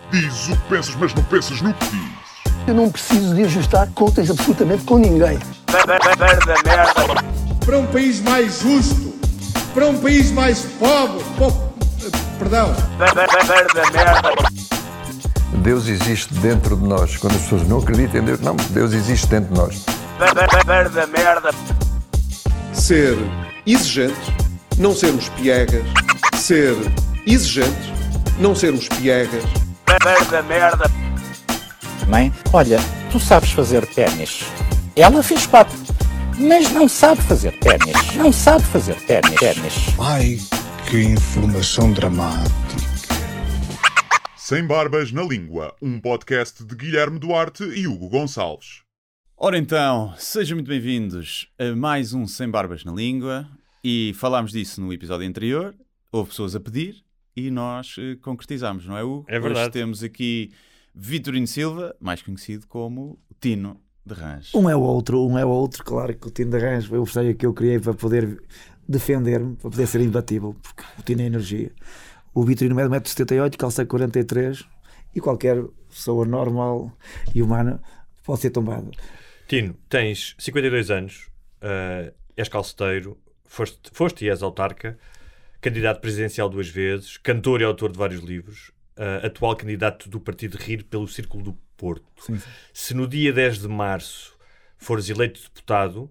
Dizes o que pensas, mas não pensas no que dizes. Eu não preciso de ajustar contas absolutamente com ninguém. Para um país mais justo, para um país mais pobre, perdão. Deus existe dentro de nós. Quando as pessoas não acreditam em Deus, não, Deus existe dentro de nós. Ser exigente, não sermos piegas. Ser exigente, não sermos piegas. Mãe, olha, tu sabes fazer ténis. Ela fez 4, mas não sabe fazer ténis. Não sabe fazer ténis. Ai, que informação dramática. Sem Barbas na Língua, um podcast de Guilherme Duarte e Hugo Gonçalves. Ora então, sejam muito bem-vindos a mais um Sem Barbas na Língua. E falámos disso no episódio anterior, houve pessoas a pedir e nós concretizámos, não é, Hugo? É verdade. Hoje temos aqui Vitorino Silva, mais conhecido como Tino de Rãs. Um é o outro, claro que o Tino de Rãs foi o feio que eu criei para poder defender-me, para poder ser imbatível, porque o Tino é energia. O Vitorino mede 1,78 m, calça 43 e qualquer pessoa normal e humana pode ser tombada. Tino, tens 52 anos, és calceteiro, foste e és autarca, candidato presidencial 2 vezes, cantor e autor de vários livros, atual candidato do Partido RIR pelo Círculo do Porto. Sim. Se no dia 10 de março fores eleito deputado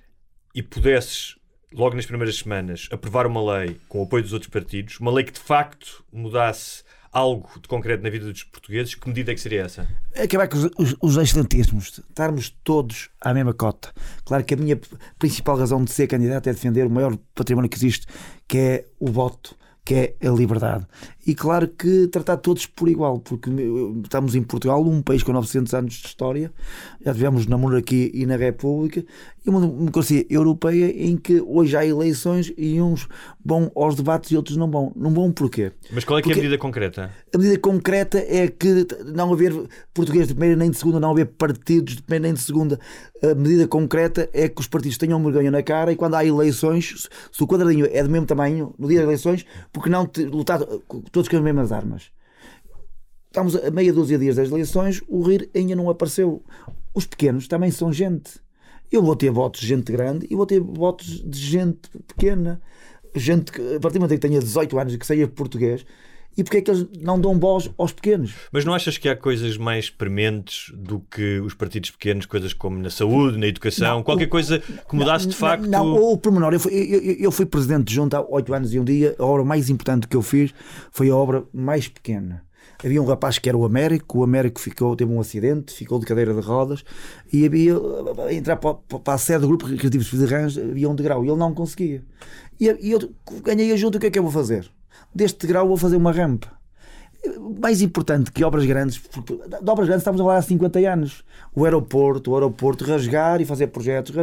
e pudesses, logo nas primeiras semanas, aprovar uma lei com o apoio dos outros partidos, uma lei que de facto mudasse algo de concreto na vida dos portugueses, que medida é que seria essa? Acabar com os excelentismos, estarmos todos à mesma cota. Claro que a minha principal razão de ser candidato é defender o maior património que existe, que é o voto, que é a liberdade. E claro que tratar todos por igual, porque estamos em Portugal, um país com 900 anos de história, já tivemos na monarquia e na república, e uma democracia europeia em que hoje há eleições e uns vão aos debates e outros não vão. Não vão porquê? Mas qual é que é a medida concreta? A medida concreta é que não haver português de primeira nem de segunda, não haver partidos de primeira nem de segunda. A medida concreta é que os partidos tenham um mergulho na cara e quando há eleições, se o quadradinho é do mesmo tamanho, no dia das eleições, porque não lutar todos com as mesmas armas. Estamos a meia dúzia de dias das eleições, o RIR ainda não apareceu. Os pequenos também são gente. Eu vou ter votos de gente grande e vou ter votos de gente pequena. Gente que, a partir do momento que tenha 18 anos e que saia português. E porque é que eles não dão voz aos pequenos? Mas não achas que há coisas mais prementes do que os partidos pequenos, coisas como na saúde, na educação, não, qualquer coisa que mudasse de facto? Não, o pormenor, eu fui presidente de junta há 8 anos e um dia, a obra mais importante que eu fiz foi a obra mais pequena. Havia um rapaz que era o Américo teve um acidente, ficou de cadeira de rodas e havia, a entrar para a sede do grupo Recreativos de Rãs, havia um degrau e ele não conseguia. E eu ganhei a junta, o que é que eu vou fazer? Deste degrau vou fazer uma rampa. Mais importante que obras grandes, porque de obras grandes estamos a falar há 50 anos. O aeroporto, rasgar e fazer projetos,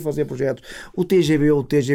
o TGV.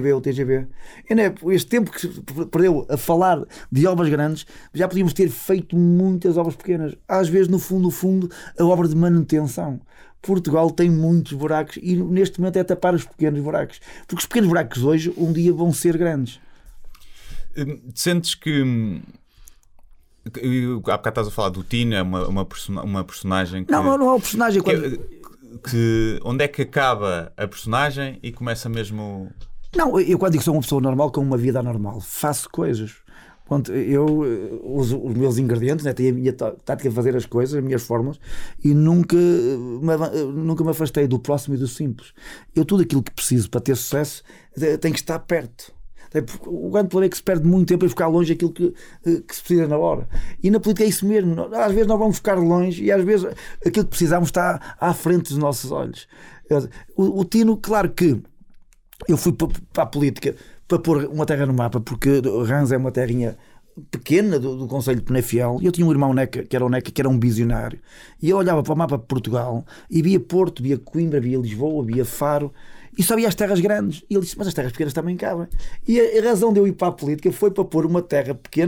Este tempo que se perdeu a falar de obras grandes, já podíamos ter feito muitas obras pequenas. Às vezes, no fundo, a obra de manutenção. Portugal tem muitos buracos e neste momento é tapar os pequenos buracos. Porque os pequenos buracos hoje, um dia vão ser grandes. Sentes que... Há bocado estás a falar do Tino, é uma personagem que... Não é o personagem. Onde é que acaba a personagem e começa mesmo... Não, eu quando digo que sou uma pessoa normal, com uma vida normal, faço coisas. Eu uso os meus ingredientes, né? Tenho a minha tática de fazer as coisas, as minhas formas, e nunca me afastei do próximo e do simples. Eu tudo aquilo que preciso para ter sucesso tem que estar perto. O grande problema é que se perde muito tempo a ficar longe daquilo que se precisa na hora. E na política é isso mesmo. Às vezes nós vamos ficar longe e às vezes aquilo que precisamos está à frente dos nossos olhos. O Tino, claro que eu fui para a política para pôr uma terra no mapa, porque Rãs é uma terrinha pequena do Concelho de Penafiel, e eu tinha um irmão que era um visionário, e eu olhava para o mapa de Portugal e via Porto, via Coimbra, via Lisboa, via Faro, e só via as terras grandes. E ele disse, mas as terras pequenas também cabem. E a razão de eu ir para a política foi para pôr uma terra pequena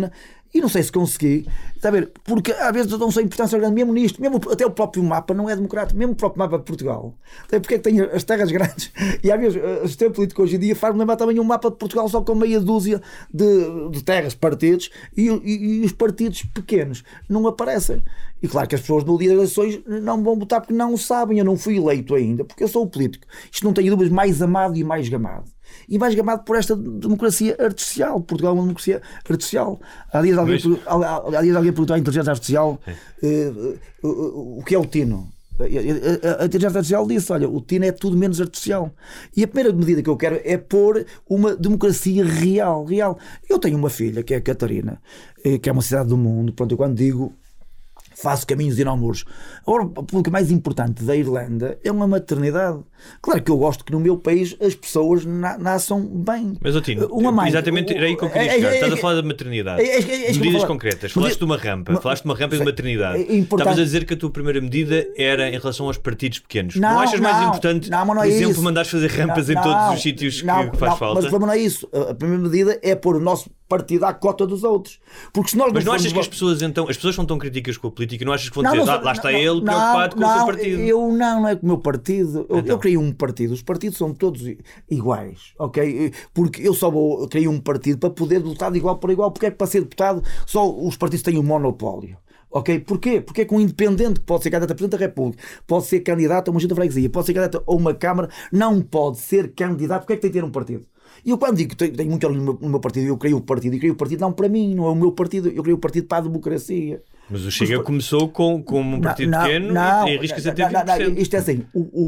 E não sei se consegui, está a ver? Porque às vezes eu não sei a importância grande, mesmo nisto, mesmo até o próprio mapa não é democrático, mesmo o próprio mapa de Portugal. Até porque é que tem as terras grandes, e às vezes o sistema político hoje em dia faz-me lembrar também um mapa de Portugal só com meia dúzia de terras, partidos, e os partidos pequenos não aparecem. E claro que as pessoas no dia das eleições não vão votar porque não sabem, eu não fui eleito ainda, porque eu sou o político. Isto não tenho dúvidas, mais amado e mais gamado. E mais gamado por esta democracia artificial. Portugal é uma democracia artificial. Há dias alguém perguntou à inteligência artificial o que é o Tino. A inteligência artificial disse, olha, o Tino é tudo menos artificial. E a primeira medida que eu quero é pôr uma democracia real. Eu tenho uma filha, que é a Catarina, que é uma cidade do mundo. Pronto, eu quando digo faço caminhos e não muros. Agora, o que é mais importante da Irlanda é uma maternidade. Claro que eu gosto que no meu país as pessoas nasçam bem. Mas, Tino, exatamente era aí que eu queria chegar. Estás a falar da maternidade. Medidas concretas. Falaste de uma rampa. Falaste de uma rampa e de maternidade. Estavas a dizer que a tua primeira medida era em relação aos partidos pequenos. Não achas mais importante, por exemplo, mandares fazer rampas em todos os sítios que faz falta? Mas o problema não é isso. A primeira medida é pôr o nosso partido à cota dos outros. Porque se nós mas não achas que as pessoas são tão críticas com a política e não achas que vão dizer lá está ele preocupado com o seu partido? Não é com o meu partido. Eu criei um partido. Os partidos são todos iguais, ok? Porque eu só criei um partido para poder lutar de igual para igual. Porque é que para ser deputado só os partidos têm um monopólio? Ok? Porquê? Porque é que um independente que pode ser candidato a Presidente da República, pode ser candidato a uma junta de freguesia, pode ser candidato a uma Câmara, não pode ser candidato. Porque é que tem que ter um partido? E eu quando digo que tenho muito orgulho no meu partido, eu criei o partido, e criei o partido não para mim, não é o meu partido, eu criei o partido para a democracia. Mas o Chega começou com um partido pequeno e arrisca-se a ter 20%. Isto é assim,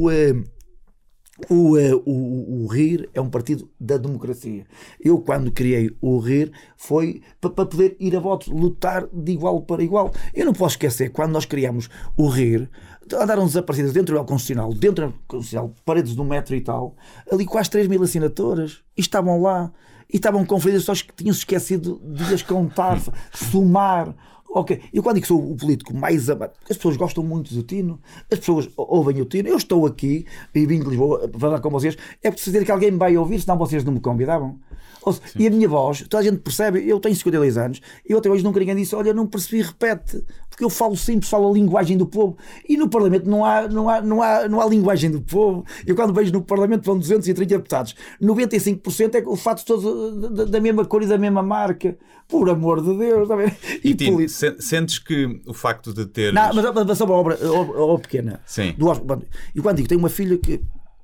o RIR é um partido da democracia. Eu quando criei o RIR foi para poder ir a votos, lutar de igual para igual. Eu não posso esquecer, quando nós criamos o RIR, andaram desaparecidas dentro do Constitucional, paredes de 1 metro e tal, ali quase 3.000 assinaturas, e estavam lá, e estavam conferidas, só que tinham-se esquecido de as contar, somar. Ok, eu quando digo que sou o político mais amado, as pessoas gostam muito do Tino, as pessoas ouvem o Tino, eu estou aqui e vim de Lisboa para falar com vocês, é preciso dizer que alguém me vai ouvir, senão vocês não me convidavam. E a minha voz, toda a gente percebe, eu tenho 52 anos, eu até hoje nunca ninguém disse, olha, não percebi, repete, porque eu falo simples, falo a linguagem do povo, e no Parlamento não há linguagem do povo. Eu quando vejo no Parlamento vão 230 deputados, 95% é o fato todos da mesma cor e da mesma marca, por amor de Deus, está a ver? E Tino, sentes que o facto de ter... Não, mas sobre a obra pequena. Sim. E quando digo, tenho uma filha que...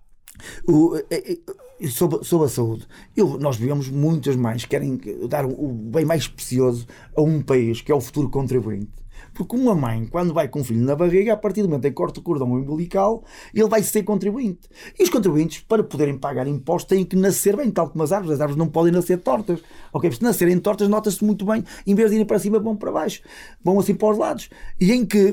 Sobre a saúde, nós vemos muitas mães que querem dar o bem mais precioso a um país, que é o futuro contribuinte. Porque uma mãe, quando vai com um filho na barriga, a partir do momento em que corta o cordão umbilical, ele vai ser contribuinte. E os contribuintes, para poderem pagar impostos, têm que nascer bem, tal como as árvores não podem nascer tortas. Ok, se nascerem tortas, nota-se muito bem, em vez de irem para cima, vão para baixo, vão assim para os lados. E em que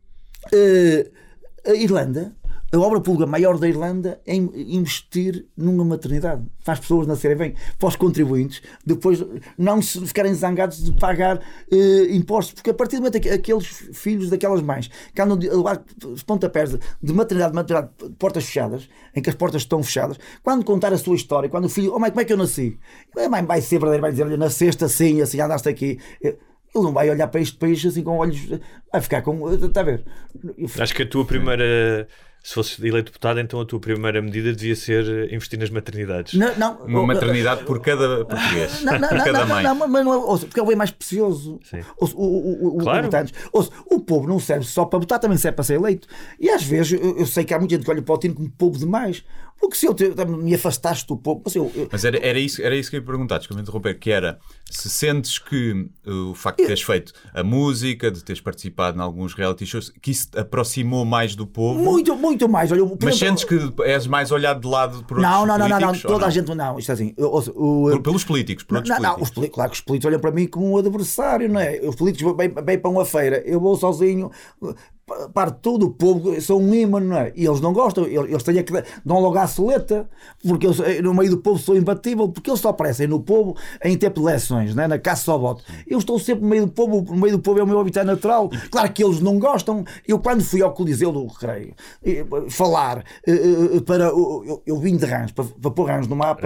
a Irlanda, a obra pública maior da Irlanda é investir numa maternidade. Faz pessoas nascerem bem. Para os contribuintes, depois não se ficarem zangados de pagar impostos. Porque a partir do momento que aqueles filhos daquelas mães que andam a levar pontapés de maternidade, portas fechadas, em que as portas estão fechadas, quando contar a sua história, quando o filho, mãe, como é que eu nasci? A mãe vai ser verdadeira, vai dizer, olha, nasceste assim, andaste aqui. Ele não vai olhar para este país assim com olhos, vai ficar com... Está a ver? Acho que a tua primeira... Se fosse eleito deputado, então a tua primeira medida devia ser investir nas maternidades. Uma maternidade por cada português. Por cada mãe. Porque é o bem mais precioso. Claro. O povo não serve só para votar, também serve para ser eleito. E às vezes eu sei que há muita gente que olha para o Tino como povo demais. Porque se eu me afastaste do povo... Mas era isso que eu ia perguntar, desculpa interromper, que era, se sentes que o facto de teres feito a música, de teres participado em alguns reality shows, que isso te aproximou mais do povo? Muito mais. Olha, mas sentes que és mais olhado de lado por outros políticos? Não. Toda a gente não. Isto é assim. Pelos políticos, por outros políticos. Claro que os políticos olham para mim como um adversário, não é? Os políticos vêm para uma feira, eu vou sozinho... parte todo o povo, são um imã, não é? E eles não gostam, eles têm que dão logo à soleta, porque no meio do povo sou imbatível, porque eles só aparecem no povo em tempo de eleições, né? Na caça ao voto. Eu estou sempre no meio do povo é o meu habitat natural. Claro que eles não gostam. Eu, quando fui ao Coliseu do Recreio falar eu vim de Rãs, para pôr Rãs no mapa, em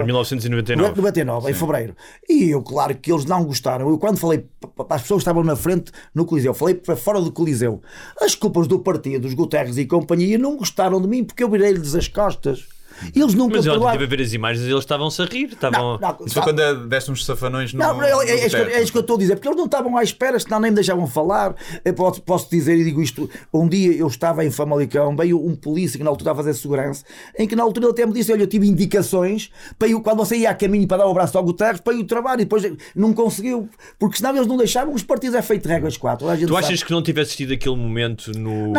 1999, em fevereiro, e eu, claro que eles não gostaram. Eu, quando falei para as pessoas que estavam na frente no Coliseu, falei para fora do Coliseu, as culpas do partido, os Guterres e companhia, não gostaram de mim porque eu virei-lhes as costas. Eles nunca mas ontem estive a ver as imagens e eles estavam-se a rir. Isso foi quando deste uns safanões no... É isso que eu estou a dizer, porque eles não estavam à espera, senão nem me deixavam falar. Eu posso dizer, e digo isto, um dia eu estava em Famalicão, veio um polícia que na altura estava a fazer segurança, em que na altura ele até me disse, olha, eu tive indicações para eu, quando você ia a caminho para dar o abraço ao Guterres, para ir trabalhar, e depois não conseguiu, porque senão eles não deixavam. Os partidos é feito de regras 4. Tu achas que não tivesse tido aquele momento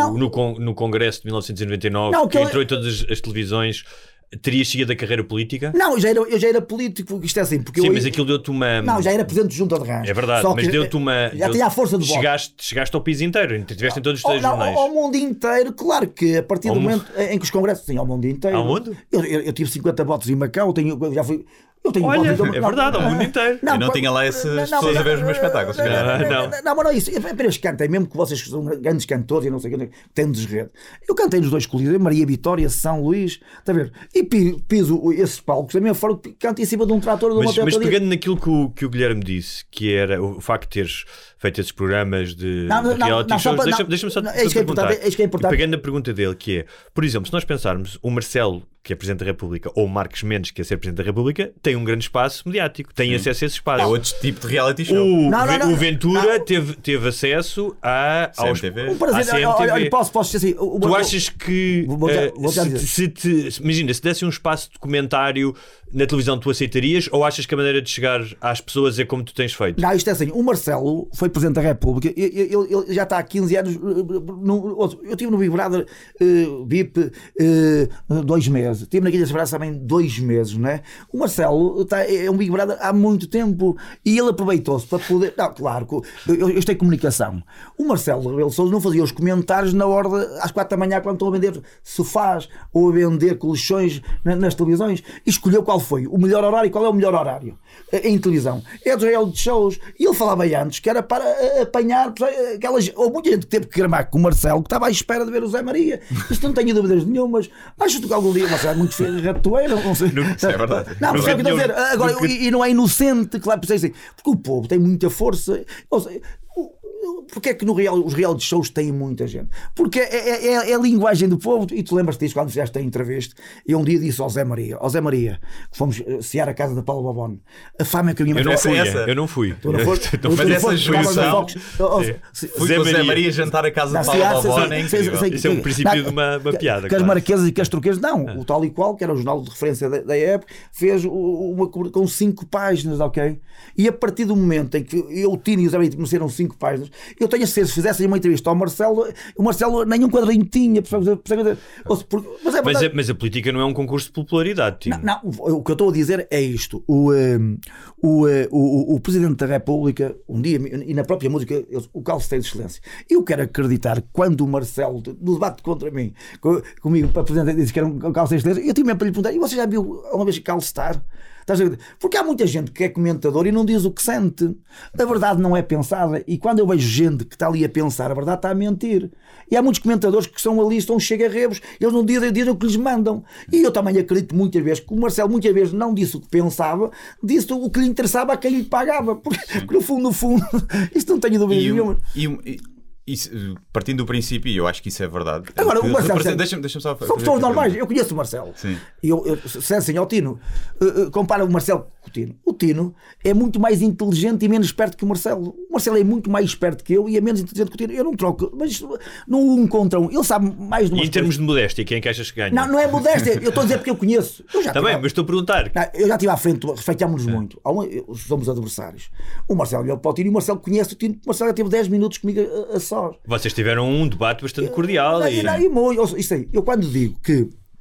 no Congresso de 1999, que entrou em todas as televisões, terias seguido a carreira política? Não, eu já era político, porque isto é assim. Porque mas aquilo deu-te uma... Não, já era presidente de Junta de Rãs. É verdade, mas deu-te uma... Já tinha a força de voto. Chegaste ao país inteiro, estiveste em todos os três jornais. Ao mundo inteiro, claro que a partir do momento em que os congressos... Sim, ao mundo inteiro. Ao mundo? Eu tive 50 votos em Macau, já fui... Olha, é verdade, ao mundo inteiro. Eu não tinha lá essas pessoas a ver os meus espetáculos. Não, mas não é isso. Eu apenas cantei, mesmo que vocês são grandes cantores e não sei o que, têm desrede. Eu cantei nos dois Coliseus, Maria Vitória, São Luís, está a ver? E piso esses palcos da mesma forma que canto em cima de um trator. Mas pegando naquilo que o Guilherme disse, que era o facto de teres feito esses programas de reality shows, deixa-me só é isso que é importante. Pegando a pergunta dele, que é, por exemplo, se nós pensarmos o Marcelo, que é Presidente da República, ou o Marcos Mendes, que é ser Presidente da República, tem um grande espaço mediático, tem acesso a esse espaço. É outro tipo de reality show. O Ventura teve acesso ao CMTV. Posso dizer assim, tu achas que imagina, se desse um espaço de comentário na televisão, tu aceitarias, ou achas que a maneira de chegar às pessoas é como tu tens feito? Não, isto é assim, o Marcelo foi Presidente da República, ele já está há 15 anos, eu estive no Big Brother VIP 2 meses, estive na Guilha de Braço também 2 meses, não é? O Marcelo é um Big Brother há muito tempo e ele aproveitou-se para poder... Não, claro, eu tenho comunicação. O Marcelo Rebelo de Sousa não fazia os comentários na hora às 4 da manhã quando estão a vender sofás ou a vender colchões nas televisões, e escolheu qual foi o melhor horário e qual é o melhor horário em televisão. É dos reality shows. E ele falava antes que era para apanhar aquelas... Ou muita gente que teve que gramar com o Marcelo, que estava à espera de ver o Zé Maria. Isto não tenho dúvidas nenhumas. Acho que algum dia o Marcelo é muito ratoeiro, não sei. É verdade. Não, mas sabe o que estou a dizer? Agora, e não é inocente, claro, assim, porque o povo tem muita força. Ou seja, porque é que os reality shows têm muita gente? Porque é a linguagem do povo. E tu lembras-te disso quando fizeste a entrevista? E um dia disse ao Zé Maria, que fomos cear a casa da Paulo Babone, a fama que a minha mãe... Eu não fui. Mas essa junção... Fui com o Zé Maria jantar a casa da Paulo Babone. Isso é o princípio de uma piada. Que as marquesas e que as troquesas... Não, o Tal e Qual, que era o jornal de referência da época, fez uma com 5 páginas, ok? E a partir do momento em que eu, o Tino e o Zé Maria conheceram 5 páginas, eu tenho a certeza, se fizessem uma entrevista ao Marcelo, o Marcelo nenhum quadrinho tinha. Mas a política não é um concurso de popularidade, Tino. Não, o que eu estou a dizer é isto. O Presidente da República, um dia, e na própria música, o Calço tem de excelência. Eu quero acreditar que quando o Marcelo, no debate contra mim, comigo, para o Presidente, disse que era um Calço de excelência, eu tinha mesmo para lhe perguntar: e você já viu alguma vez Calço estar? Porque há muita gente que é comentador e não diz o que sente. A verdade não é pensada, e quando eu vejo gente que está ali a pensar, a verdade está a mentir. E há muitos comentadores que são ali, estão chega-rebos, eles não dizem o que lhes mandam. E eu também acredito muitas vezes que o Marcelo muitas vezes não disse o que pensava, disse o que lhe interessava a quem lhe pagava. Porque no fundo, isto não tenho dúvida nenhuma. Partindo do princípio, e eu acho que isso é verdade. Agora, o Marcelo, deixa-me só são pessoas normais. Eu conheço o Marcelo. Sim. Se é assim, ao Tino, compara o Marcelo com o Tino. O Tino é muito mais inteligente e menos esperto que o Marcelo. O Marcelo é muito mais esperto que eu e é menos inteligente que o Tino. Eu não troco, mas não um contra um. Ele sabe mais de uma... E em termos de modéstia, quem é que achas que ganha? Não é modéstia. Eu estou a dizer porque eu conheço. Também, mas estou a perguntar. Eu já estive à frente, respeitamos-nos muito. Somos adversários. O Marcelo olhou para o Tino e o Marcelo conhece o Tino. O Marcelo já teve 10 minutos comigo a sós. Vocês tiveram um debate bastante cordial. Eu quando digo que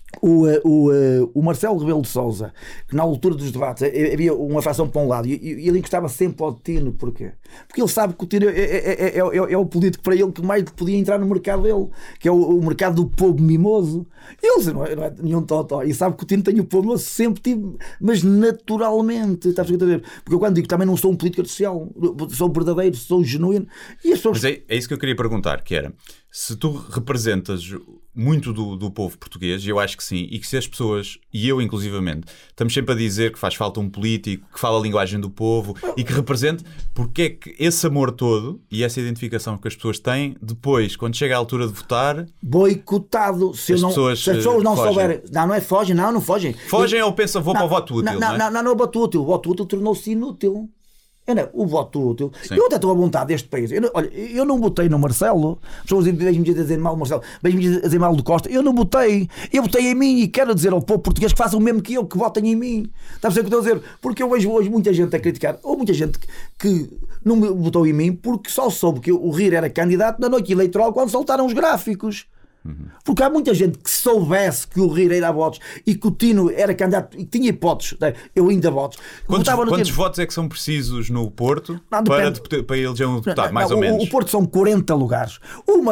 o Marcelo Rebelo de Sousa, que na altura dos debates havia uma fação para um lado e ele encostava sempre ao Tino. Porquê? Porque ele sabe que o Tino é o político para ele que mais podia entrar no mercado dele, que é o mercado do povo mimoso. Ele não é nenhum totó e sabe que o Tino tem o povo mimoso, sempre tive, mas naturalmente. Estás a dizer? Porque eu quando digo também não sou um político social, sou verdadeiro, sou genuíno. E as pessoas... Mas é isso que eu queria perguntar, que era, se tu representas muito do povo português, e eu acho que sim, e que se as pessoas, e eu inclusivamente, estamos sempre a dizer que faz falta um político que fala a linguagem do povo e que represente, porque é que esse amor todo e essa identificação que as pessoas têm, depois, quando chega a altura de votar... Boicotado. Se as pessoas não souberem... Não é fogem, não fogem. Fogem ou pensam, vou para o voto útil, não é? Não é o voto útil. O voto útil tornou-se inútil. O voto útil. Sim. Eu até estou à vontade deste país. Eu não votei no Marcelo. As pessoas vejo-me dizer mal do Marcelo, vejo-me dizer mal do Costa. Eu não votei. Eu votei em mim e quero dizer ao povo português que façam o mesmo que eu, que votem em mim. Está a perceber o que eu estou a dizer? Porque eu vejo hoje muita gente a criticar, ou muita gente que não votou em mim porque só soube que o Rir era candidato na noite eleitoral quando soltaram os gráficos. Porque há muita gente que soubesse que o Rir era a votos e que o Tino era candidato e que tinha hipóteses, eu ainda votos. Quantos votos é que são precisos no Porto para eleger um deputado, mais ou menos? O Porto são 40 lugares.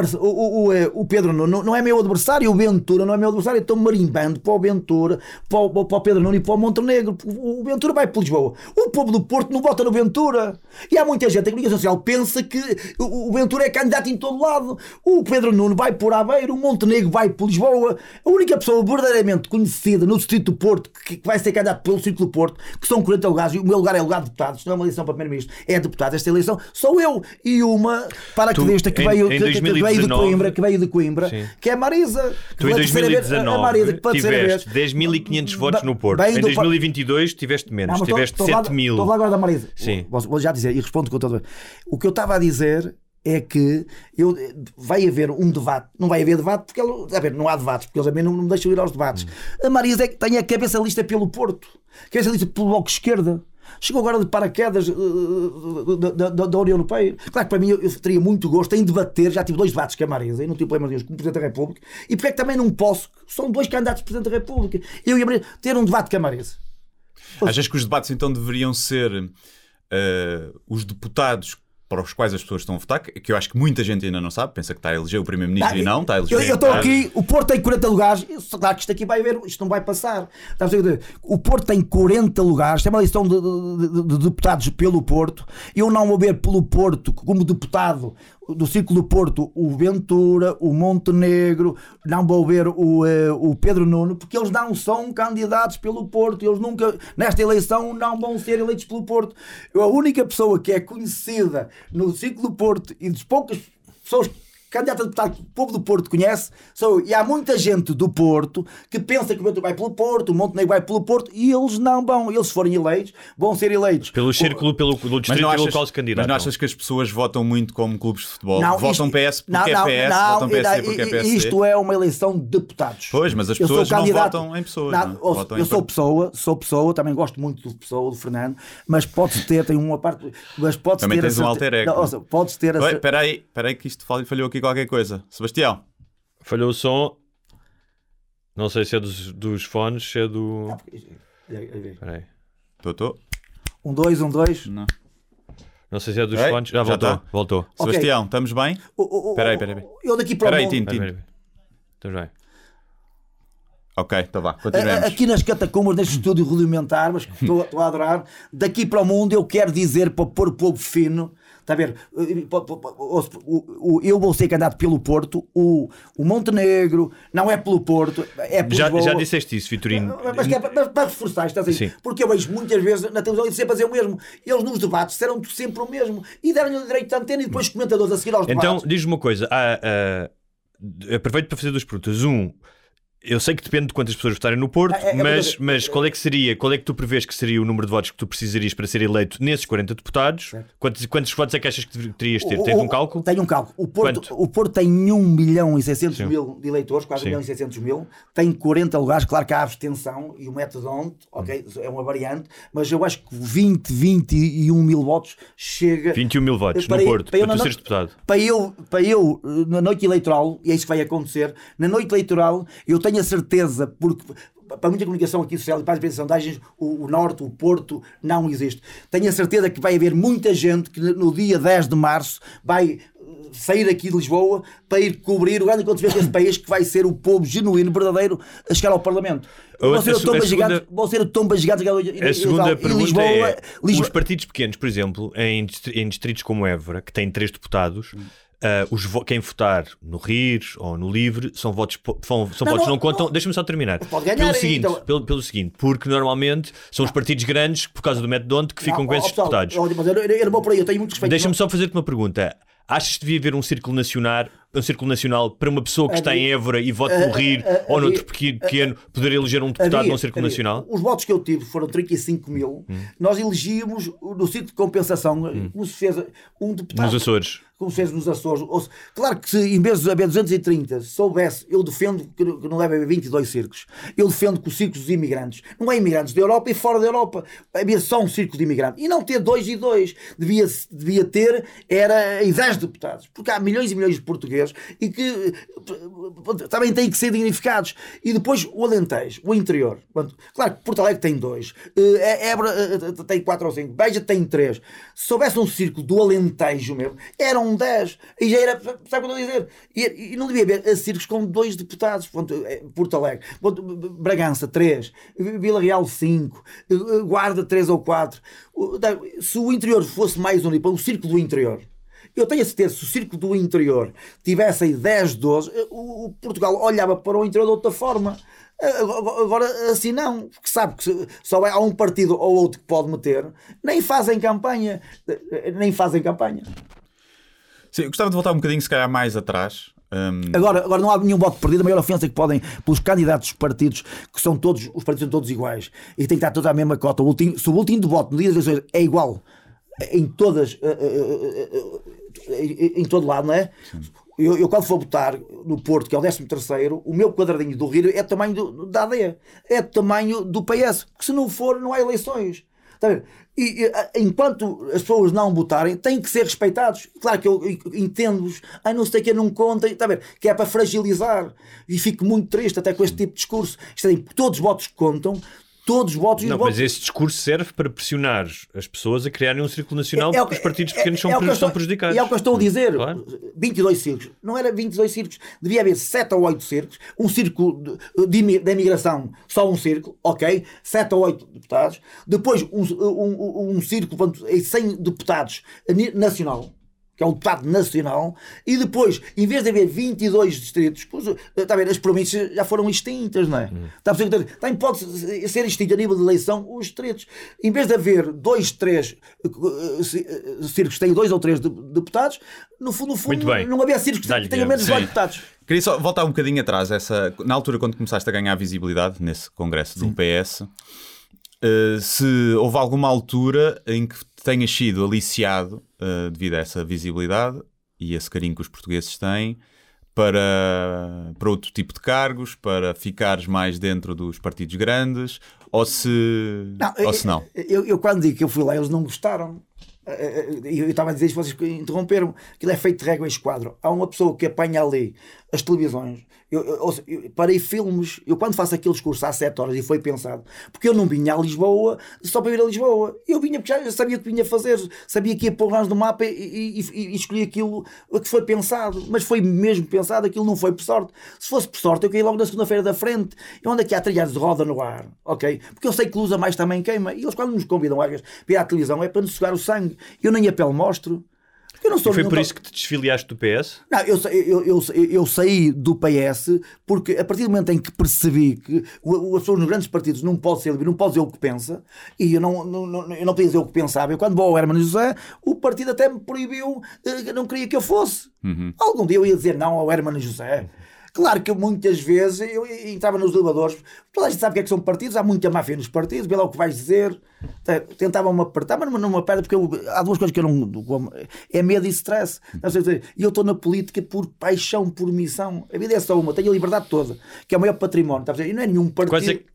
O Pedro Nuno não é meu adversário, o Ventura não é meu adversário, estou marimbando para o Ventura, para o Pedro Nuno e para o Montenegro. O Ventura vai para Lisboa. O povo do Porto não vota no Ventura. E há muita gente, a comunicação social pensa que o Ventura é candidato em todo lado. O Pedro Nuno vai por Aveiro, o Montenegro vai por Lisboa. A única pessoa verdadeiramente conhecida no distrito do Porto que vai ser candidato pelo Círculo do Porto, que são 40 lugares, e o meu lugar é lugar de deputado, isto não é uma eleição para primeiro-ministro, é deputado. Esta eleição sou eu e uma paraquedista que veio de Coimbra, sim, que é a Marisa. Tu em 2019 tiveste 10.500 votos no Porto. Em 2022 tiveste menos, tiveste 7.000. Estou lá agora da Marisa. Sim. Vou já dizer e respondo com todo. O que eu estava a dizer é que vai haver um debate. Não vai haver debate porque não há debates, porque eles também não me deixam ir aos debates. A Marisa é que tem a cabeça lista pelo Porto, a cabeça lista pelo Bloco de Esquerda. Chegou agora de paraquedas da União Europeia. Claro que para mim eu teria muito gosto em debater. Já tive 2 debates com a Marisa e não tive problema nenhum com o Presidente da República. E porque é que também não posso? São 2 candidatos a Presidente da República. Eu e a Marisa ter um debate com a Marisa. Achas que os debates então deveriam ser os deputados para os quais as pessoas estão a votar, que eu acho que muita gente ainda não sabe, pensa que está a eleger o Primeiro-Ministro e não, está a eleger... Eu estou aqui, o Porto tem 40 lugares, claro que isto aqui vai haver, isto não vai passar. O Porto tem 40 lugares, tem uma eleição de deputados pelo Porto, eu não vou ver pelo Porto como deputado do Círculo do Porto o Ventura, o Montenegro, não vou ver o Pedro Nuno, porque eles não são candidatos pelo Porto, eles nunca, nesta eleição, não vão ser eleitos pelo Porto. A única pessoa que é conhecida no Círculo do Porto e das poucas pessoas candidato a deputado que o povo do Porto conhece sou eu. E há muita gente do Porto que pensa que o Ventura vai pelo Porto, o Montenegro vai pelo Porto, e eles não vão. Eles, se forem eleitos, vão ser eleitos pelo círculo, pelo distrito pelo qual se candidatam. Mas não achas que as pessoas votam muito como clubes de futebol? Não, votam PS porque é PS, votam PSD porque é PSD? Isto é uma eleição de deputados. Pois, mas as pessoas não votam em pessoas. Eu sou pessoa, também gosto muito do pessoa, do Fernando, mas pode-se ter, tem uma parte... Mas pode também tens um alter ego. Pode-se ter... Espera aí que isto falhou aqui qualquer coisa. Sebastião. Falhou o som. Não sei se é dos fones, se é do... Espera aí. Estou. 1, 2, 1, 2. Não sei se é dos fones. Já voltou. Okay. Sebastião, estamos bem? Espera aí. Eu daqui para o mundo... Estamos bem. Ok, então vá, continuemos. Aqui nas catacumbas, neste estúdio rudimentar, mas que estou a adorar, daqui para o mundo eu quero dizer, para pôr o povo fino, está a ver, eu vou ser candidato pelo Porto, o Montenegro não é pelo Porto, é por Lisboa. Já disseste isso, Vitorino. Mas para reforçar, estás aí, porque eu vejo muitas vezes na televisão sempre a dizer o mesmo. Eles nos debates disseram sempre o mesmo e deram-lhe o direito de antena e depois os comentadores a seguir aos debates. Então, diz-me uma coisa, aproveito para fazer 2 perguntas. Eu sei que depende de quantas pessoas votarem no Porto, mas qual é que tu prevês que seria o número de votos que tu precisarias para ser eleito nesses 40 deputados? Quantos votos é que achas que terias de ter? Tens um cálculo? Tenho um cálculo. O Porto tem 1.600.000 de eleitores, quase 1.600.000, tem 40 lugares, claro que há abstenção e o método ok, é uma variante, mas eu acho que 21 mil votos chega... 21 mil votos no Porto, para tu seres deputado. Para eu, na noite eleitoral, e é isso que vai acontecer, na noite eleitoral eu tenho tenho a certeza, porque para muita comunicação aqui social e para as empresas de sondagens, o Norte, o Porto, não existe. Tenho a certeza que vai haver muita gente que no dia 10 de março vai sair aqui de Lisboa para ir cobrir o grande acontecimento desse país, que vai ser o povo genuíno, verdadeiro, a chegar ao Parlamento. Vão ser o tomba gigante. A segunda pergunta Lisboa, os partidos pequenos, por exemplo, em distritos como Évora, que têm 3 deputados, quem votar no RIR ou no LIVRE são votos não contam. Deixa-me só terminar. Pode ganhar, pelo seguinte, porque normalmente são os partidos grandes, por causa do método D'Hondt, que ficam com esses deputados. Mas eu não vou por aí, eu tenho muito respeito. Deixa-me só fazer-te uma pergunta. Achas que devia haver um círculo nacional para uma pessoa que está em Évora e vote no RIR ou noutro pequeno poder eleger um deputado num círculo nacional? Os votos que eu tive foram 35 mil. Nós elegíamos no círculo de compensação, como se fez um deputado. Nos Açores. Como se fez nos Açores. Claro que se em vez de haver 230, se soubesse, eu defendo que não deve haver 22 círculos. Eu defendo que os círculos de imigrantes, não é imigrantes da Europa e fora da Europa, havia só um círculo de imigrantes. E não ter 2 e 2. Devia ter, era 10 deputados. Porque há milhões e milhões de portugueses e que também têm que ser dignificados. E depois o Alentejo, o interior. Claro que Porto Alegre tem 2. Évora tem 4 ou 5. Beja tem 3. Se soubesse um círculo do Alentejo mesmo, eram 10. E já era, sabe o que eu estou a dizer? E não devia haver círculos com 2 deputados. Porto Alegre. Bragança, 3. Vila Real, 5. Guarda, 3 ou 4. Se o interior fosse mais unido para o círculo do interior, eu tenho a certeza que se o círculo do interior tivesse aí 10, 12, o Portugal olhava para o interior de outra forma. Agora assim não, porque sabe que só há um partido ou outro que pode meter, nem fazem campanha. Sim, eu gostava de voltar um bocadinho, se calhar, mais atrás. Agora não há nenhum voto perdido. A maior ofensa que podem, pelos candidatos dos partidos, que são todos, os partidos são todos iguais e tem que estar todos à mesma cota. Se o boletim de voto no dia das eleições é igual em todas, em todo lado, não é? Eu quando for votar no Porto, que é o 13º, o meu quadradinho do Rio é do tamanho da AD, é do tamanho do PS, porque se não for, não há eleições. Está a ver? E enquanto as pessoas não votarem, têm que ser respeitados. Claro que eu entendo-os, não sei que não contem, está a ver? Que é para fragilizar. E fico muito triste até com este tipo de discurso. Isto é, todos os votos contam. Todos os votos. Não, mas esse discurso serve para pressionar as pessoas a criarem um círculo nacional, porque os partidos pequenos são prejudicados. E é o que eu estou a dizer. Claro. 22 círculos. Não era 22 círculos. Devia haver 7 ou 8 círculos. Um círculo de imigração, só um círculo, ok? 7 ou 8 deputados. Depois um círculo de 100 deputados nacional, que é um deputado nacional, e depois, em vez de haver 22 distritos, está a ver, as províncias já foram extintas, não é? Também pode ser extinto a nível de eleição os distritos. Em vez de haver 2, 3 círculos que têm 2 ou 3 deputados, no fundo não havia círculos que tenham menos de 8 deputados. Queria só voltar um bocadinho atrás, na altura quando começaste a ganhar visibilidade nesse congresso do PS, se houve alguma altura em que tenhas sido aliciado devido a essa visibilidade e esse carinho que os portugueses têm para outro tipo de cargos, para ficares mais dentro dos partidos grandes, ou se não? Eu quando digo que eu fui lá, eles não gostaram. Eu estava a dizer isto, vocês interromperam. Aquilo é feito de régua em esquadro. Há uma pessoa que apanha ali as televisões. Eu parei filmes. Eu quando faço aquele discurso às 7 horas, e foi pensado, porque eu não vinha a Lisboa só para vir a Lisboa. Eu vinha porque já sabia o que vinha fazer, sabia que ia pôr nós no mapa e escolhi aquilo que foi pensado. Mas foi mesmo pensado, aquilo não foi por sorte. Se fosse por sorte, eu caí logo na segunda-feira da frente. Eu ando aqui há trilhares de roda no ar, ok? Porque eu sei que luz a mais também queima. E eles, quando nos convidam a ir à televisão, é para nos sugar o sangue. Eu nem a pele mostro. Eu não sou, e foi por isso que te desfiliaste do PS? Não, eu saí do PS porque a partir do momento em que percebi que as pessoas nos grandes partidos não pode ser livre, não pode dizer o que pensa, e eu não podia dizer o que pensava. Eu, quando vou ao Hermano José, o partido até me proibiu, não queria que eu fosse. Algum dia eu ia dizer não ao Hermano José. Claro que muitas vezes eu entrava nos elevadores, toda a gente sabe o que é que são partidos, há muita máfia nos partidos, vê lá o que vais dizer. Tentavam-me apertar, mas não me aperta, porque há duas coisas que eu não. É medo e stress. E eu estou na política por paixão, por missão. A vida é só uma, tenho a liberdade toda, que é o maior património. E não é nenhum partido.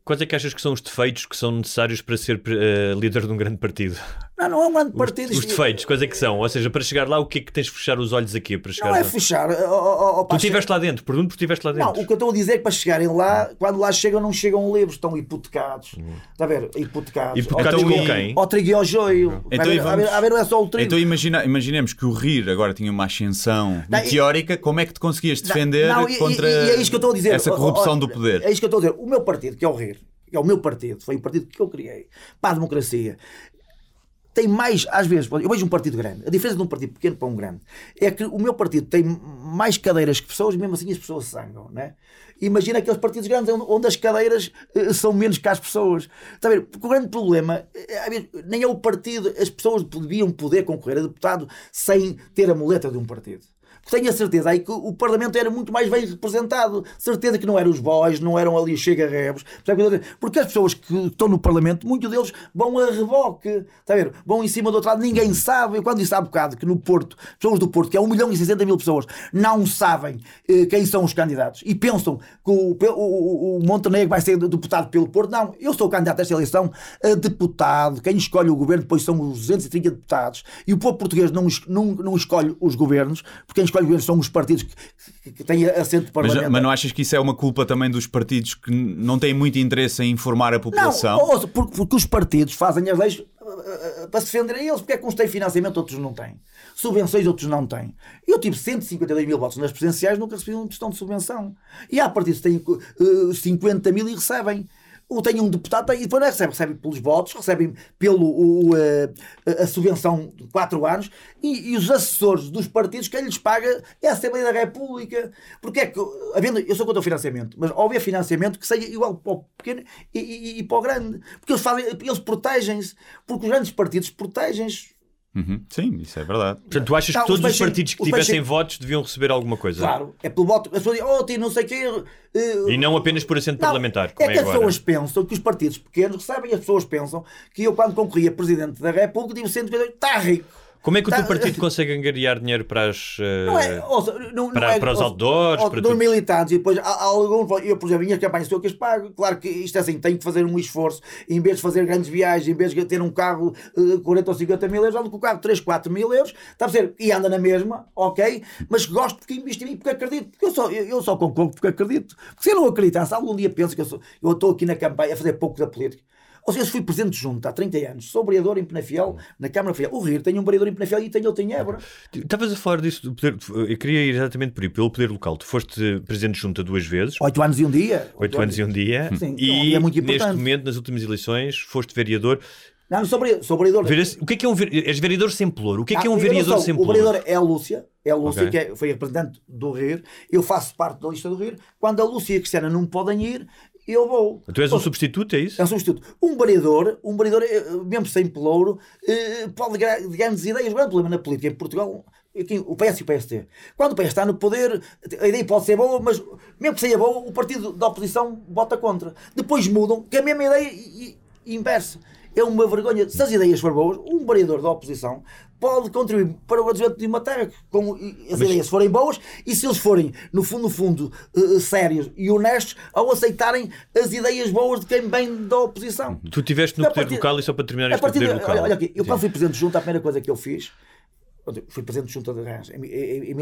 Quais é que achas que são os defeitos que são necessários para ser líder de um grande partido? Não é um grande partido. Os defeitos, quais é que são? Ou seja, para chegar lá, o que é que tens de fechar os olhos aqui? Para chegar Não é lá? fechar. Tu estiveste lá dentro, pergunto porque estiveste lá dentro. Não, o que eu estou a dizer é que para chegarem lá, quando lá chegam, não chegam livres, estão hipotecados. Está a ver? Hipotecados. Hipotecados Ao com trigo- quem? Ao trigo e ao joio. Então, A ver, não é só o trigo. Então imaginemos que o RIR agora tinha uma ascensão meteórica, como é que te conseguias defender contra e é isto que eu estou a dizer. essa corrupção do poder? É isto que eu estou a dizer. O meu partido, que é o RIR, é o meu partido, foi o partido que eu criei para a democracia, tem mais, às vezes, eu vejo um partido grande, a diferença de um partido pequeno para um grande é que o meu partido tem mais cadeiras que pessoas e mesmo assim as pessoas sangam, né? Imagina aqueles partidos grandes onde as cadeiras são menos que as pessoas. Está a ver? Porque o grande problema nem é o partido, as pessoas deviam poder concorrer a deputado sem ter a muleta de um partido. Tenho a certeza aí que o Parlamento era muito mais bem representado. Certeza que não eram os boys, não eram ali os chega-rebos. Porque as pessoas que estão no Parlamento, muitos deles vão a reboque. Está a ver? Vão em cima do outro lado. Ninguém sabe. Eu quando disse há bocado que no Porto, pessoas do Porto, que é 1.060.000 pessoas, não sabem quem são os candidatos e pensam que o Montenegro vai ser deputado pelo Porto. Não, eu sou candidato a esta eleição a deputado. Quem escolhe o governo depois são os 230 deputados. E o povo português não escolhe os governos, porque quem escolhe os governos são os partidos que têm assento de parlamento. Mas não achas que isso é uma culpa também dos partidos que não têm muito interesse em informar a população? Não, porque os partidos fazem as leis para se defenderem eles, porque é que uns têm financiamento, outros não têm. Subvenções, outros não têm. Eu tive 152.000 votos nas presidenciais, nunca recebi uma questão de subvenção. E há partidos que têm 50.000 e recebem. Ou tem um deputado e depois não recebe pelos votos, recebem a subvenção de 4 anos e os assessores dos partidos, quem lhes paga é a Assembleia da República. Porque é que, eu sou contra o financiamento, mas houve financiamento que seja igual para o pequeno e para o grande. Porque eles protegem-se, porque os grandes partidos protegem-se. Sim, isso é verdade. Portanto, tu achas que todos os partidos que tivessem votos deviam receber alguma coisa? Claro, é pelo voto. As pessoas dizem, não sei o quê. E não apenas por assento parlamentar, como é que agora. As pessoas pensam que os partidos pequenos recebem, e as pessoas pensam que eu, quando concorri a Presidente da República, tive 152, está rico. Como é que o teu partido consegue angariar dinheiro para as para os outdoors? Para dos militares e depois alguns, eu por exemplo, minhas campanhas sou eu que as pago. Claro que isto é assim, tenho que fazer um esforço em vez de fazer grandes viagens, em vez de ter um carro 40 ou 50 mil euros, ando com o carro 3, 4 mil euros, está a dizer, e anda na mesma, ok, mas gosto porque invisto em mim, porque acredito, porque eu só concordo porque acredito. Porque se eu não acreditasse, algum dia penso que eu estou aqui na campanha a fazer pouco da política. Ou seja, fui presidente de junta há 30 anos, sou vereador em Penafiel, na Câmara Fiel. O RIR tem um vereador em Penafiel e tem outro em Évora. Estavas a falar disso do poder, eu queria ir exatamente por aí, pelo poder local. Tu foste presidente de junta 2 vezes. 8 anos e um dia. 8 anos e um dia. Sim, e é muito importante. neste momento, nas últimas eleições, foste vereador. Não, sou vereador. O que é um vereador? És vereador sem pelouro. O que é um vereador sem pelouro? O vereador é a Lúcia. É a Lúcia, que foi representante do RIR. Eu faço parte da lista do RIR. Quando a Lúcia e a Cristiana não podem ir, eu vou. Tu és um substituto, é isso? É um substituto. Um vereador, mesmo sem pelouro, pode ganhar grandes ideias. O grande problema na política em Portugal, aqui, o PS e o PST. Quando o PS está no poder, a ideia pode ser boa, mas mesmo que seja boa, o partido da oposição vota contra. Depois mudam, que é a mesma ideia e inversa. É uma vergonha. Se as ideias forem boas, um vereador da oposição pode contribuir para o desenvolvimento de uma terra com as ideias forem boas e se eles forem, no fundo, sérios e honestos ao aceitarem as ideias boas de quem vem da oposição. Tu estiveste no poder local e só para terminar este poder local. Olha aqui, eu quando fui presidente de junta, a primeira coisa que eu fiz, fui presidente de junta de Rãs em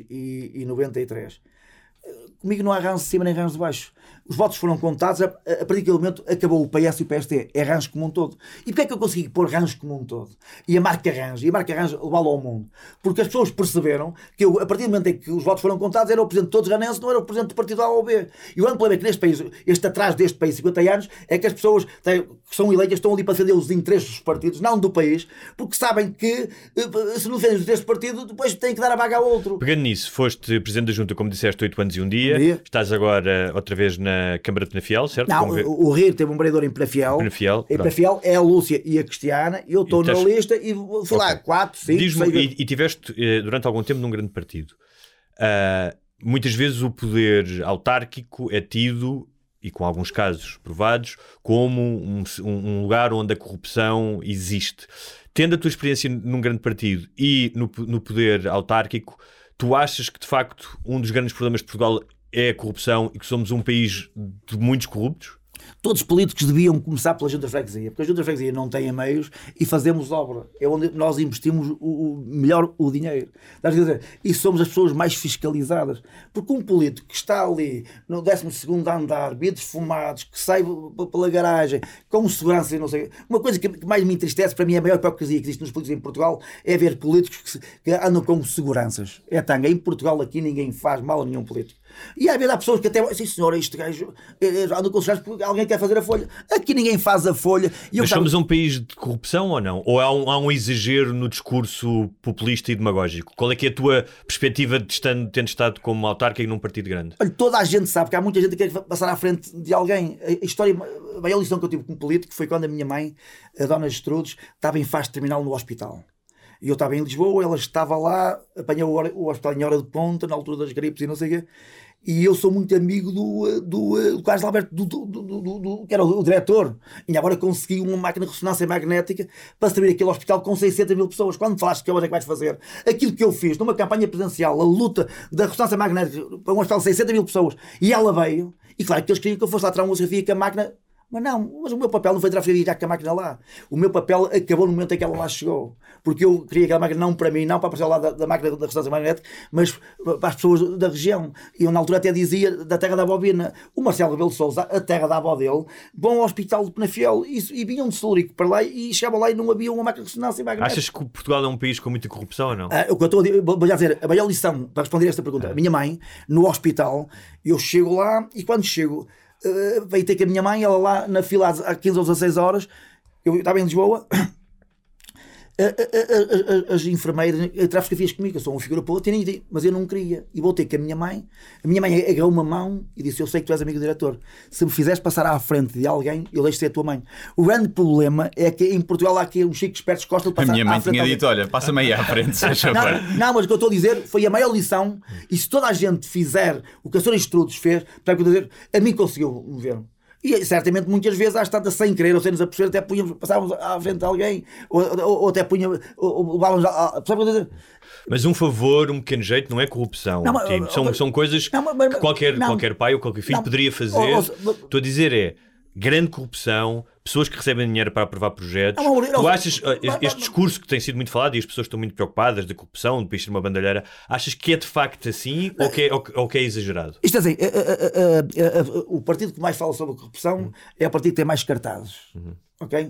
1993. Comigo não há Rãs de cima nem Rãs de baixo. Os votos foram contados, a partir daquele momento acabou o PS e o PST, é Rãs como um todo. E porquê é que eu consegui pôr Rãs como um todo? E a marca Rãs levá-lo ao mundo. Porque as pessoas perceberam que a partir do momento em que os votos foram contados, era o presidente de todos os ranenses, não era o presidente do partido A ou B. E o grande problema é que neste país, este atraso deste país, 50 anos, é que as pessoas que são eleitas estão ali para defender os interesses dos partidos, não do país, porque sabem que se não defendem os interesses do partido, depois têm que dar a vaga a outro. Pegando nisso, foste presidente da junta, como disseste, 8 anos e um dia. Estás agora outra vez na Câmara de Penafiel, certo? Não, o RIR teve um vereador em Penafiel. Em Penafiel é a Lúcia e a Cristiana. Eu estou na lista e fui lá 4, 5, 6 vezes. E tiveste durante algum tempo num grande partido. Muitas vezes o poder autárquico é tido, e com alguns casos provados, como um lugar onde a corrupção existe. Tendo a tua experiência num grande partido e no poder autárquico, tu achas que de facto um dos grandes problemas de Portugal é a corrupção e que somos um país de muitos corruptos? Todos os políticos deviam começar pela Junta de Freguesia, porque a Junta de Freguesia não tem meios e fazemos obra. É onde nós investimos melhor o dinheiro. Estás a dizer? E somos as pessoas mais fiscalizadas. Porque um político que está ali no 12º andar, vidros fumados, que sai pela garagem, com segurança e não sei... Uma coisa que mais me entristece, para mim, é a maior hipocrisia que existe nos políticos em Portugal, é ver políticos que andam com seguranças. É tanga. Em Portugal aqui ninguém faz mal a nenhum político. E às vezes há pessoas que até... Sim senhor, este gajo anda com segurança porque alguém quer fazer a folha. Aqui ninguém faz a folha. Mas somos um país de corrupção ou não? Ou há um exagero no discurso populista e demagógico? Qual é que é a tua perspectiva de tendo estado como autarca e num partido grande? Olha, toda a gente sabe que há muita gente que quer passar à frente de alguém. A história, a maior lição que eu tive como político foi quando a minha mãe, a dona Gestrudes, estava em fase terminal no hospital. E eu estava em Lisboa, ela estava lá, apanhou o hospital em hora de ponta, na altura das gripes e não sei o quê. E eu sou muito amigo do Carlos Alberto, que era o diretor. E agora consegui uma máquina de ressonância magnética para servir aquele hospital com 600 mil pessoas. Quando me falaste que hoje é que vais fazer aquilo que eu fiz numa campanha presidencial, a luta da ressonância magnética para um hospital de 600 mil pessoas, e ela veio, e claro que eles queriam que eu fosse lá tirar uma fotografia com a máquina. Mas o meu papel não foi tirar a fotografia já com a máquina lá. O meu papel acabou no momento em que ela lá chegou. Porque eu queria aquela máquina não para mim, não para aparecer lá da máquina da ressonância magnética, mas para as pessoas da região. E eu na altura até dizia da terra da bobina. O Marcelo Rebelo de Sousa, a terra da avó dele, vão ao hospital de Penafiel e vinham de Celurico para lá e chegavam lá e não havia uma máquina de ressonância magnética. Achas que Portugal é um país com muita corrupção ou não? O que eu estou a dizer, vou já dizer, a maior lição para responder a esta pergunta. A minha mãe, no hospital, eu chego lá e quando chego... veio ter com a minha mãe, ela lá na fila às 15 ou 16 horas, eu estava em Lisboa, as enfermeiras a tirar fotografias comigo, eu sou uma figura pública, mas eu não queria, e voltei com a minha mãe agarrou uma mão e disse: eu sei que tu és amigo do diretor, se me fizeres passar à frente de alguém, eu deixo de ser a tua mãe. O grande problema é que em Portugal há aqui uns chicos espertos que gostam de passar à frente. A minha mãe tinha dito: olha, passa-me aí à frente, não, mas o que eu estou a dizer foi a maior lição, e se toda a gente fizer o que a senhora Gestrudes fez, a mim conseguiu me ver. E certamente muitas vezes, às tantas, sem querer ou sem nos aperceber, até passávamos à frente de alguém, ou até levávamos Mas um favor, um pequeno jeito, não é corrupção. São coisas que qualquer pai ou qualquer filho poderia fazer. Estou a dizer grande corrupção, pessoas que recebem dinheiro para aprovar projetos. Tu achas, este discurso que tem sido muito falado e as pessoas estão muito preocupadas da corrupção, de país de uma bandalheira, achas que é de facto assim ou que é exagerado? Isto é assim, o partido que mais fala sobre a corrupção é o partido que tem mais cartazes. Ok?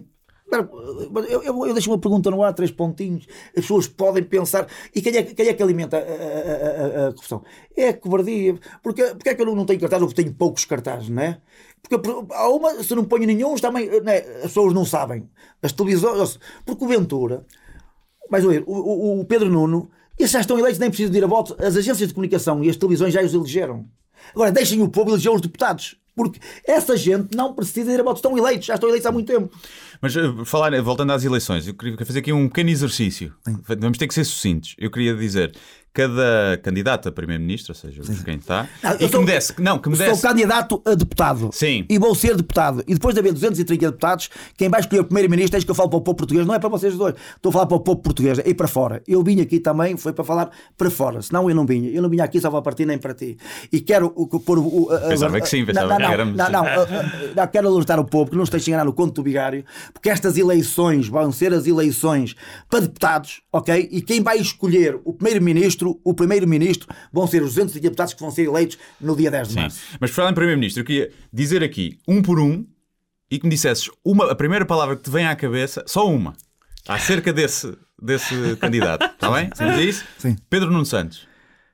Eu deixo uma pergunta no ar, 3 pontinhos. As pessoas podem pensar. E quem é que alimenta a corrupção? É a cobardia. Porque é que eu não tenho cartazes? Eu tenho poucos cartazes, não é? Porque há uma, se não ponho nenhum, também, né, as pessoas não sabem. As televisões. Porque o Ventura, mais ou menos, o Pedro Nuno, esses já estão eleitos, nem precisam de ir a voto. As agências de comunicação e as televisões já os elegeram. Agora deixem o povo eleger os deputados. Porque essa gente não precisa ir a voto, já estão eleitos há muito tempo. Mas voltando às eleições, eu queria fazer aqui um pequeno exercício. Vamos ter que ser sucintos. Eu queria dizer, cada candidato a primeiro-ministro, ou seja, quem está, que me desse. Sou candidato a deputado. Sim. E vou ser deputado. E depois de haver 230 deputados, quem vai escolher o primeiro-ministro, é que eu falo para o povo português, não é para vocês dois. Estou a falar para o povo português, é para fora. Eu vim aqui também, foi para falar para fora. Senão eu não vinha. Eu não vinha aqui só para partir nem para ti. E quero pôr pensava que sim, pensava que éramos. Não, quero alertar o povo que não esteja a enganar no conto do vigário, porque estas eleições vão ser as eleições para deputados, ok? E quem vai escolher o primeiro-ministro vão ser os 230 deputados que vão ser eleitos no dia 10 de março. Mas por falar em primeiro-ministro, eu queria dizer aqui, por um, e que me dissesses a primeira palavra que te vem à cabeça, só uma, acerca desse candidato. Está bem? Vamos a isso? Sim. Pedro Nuno Santos.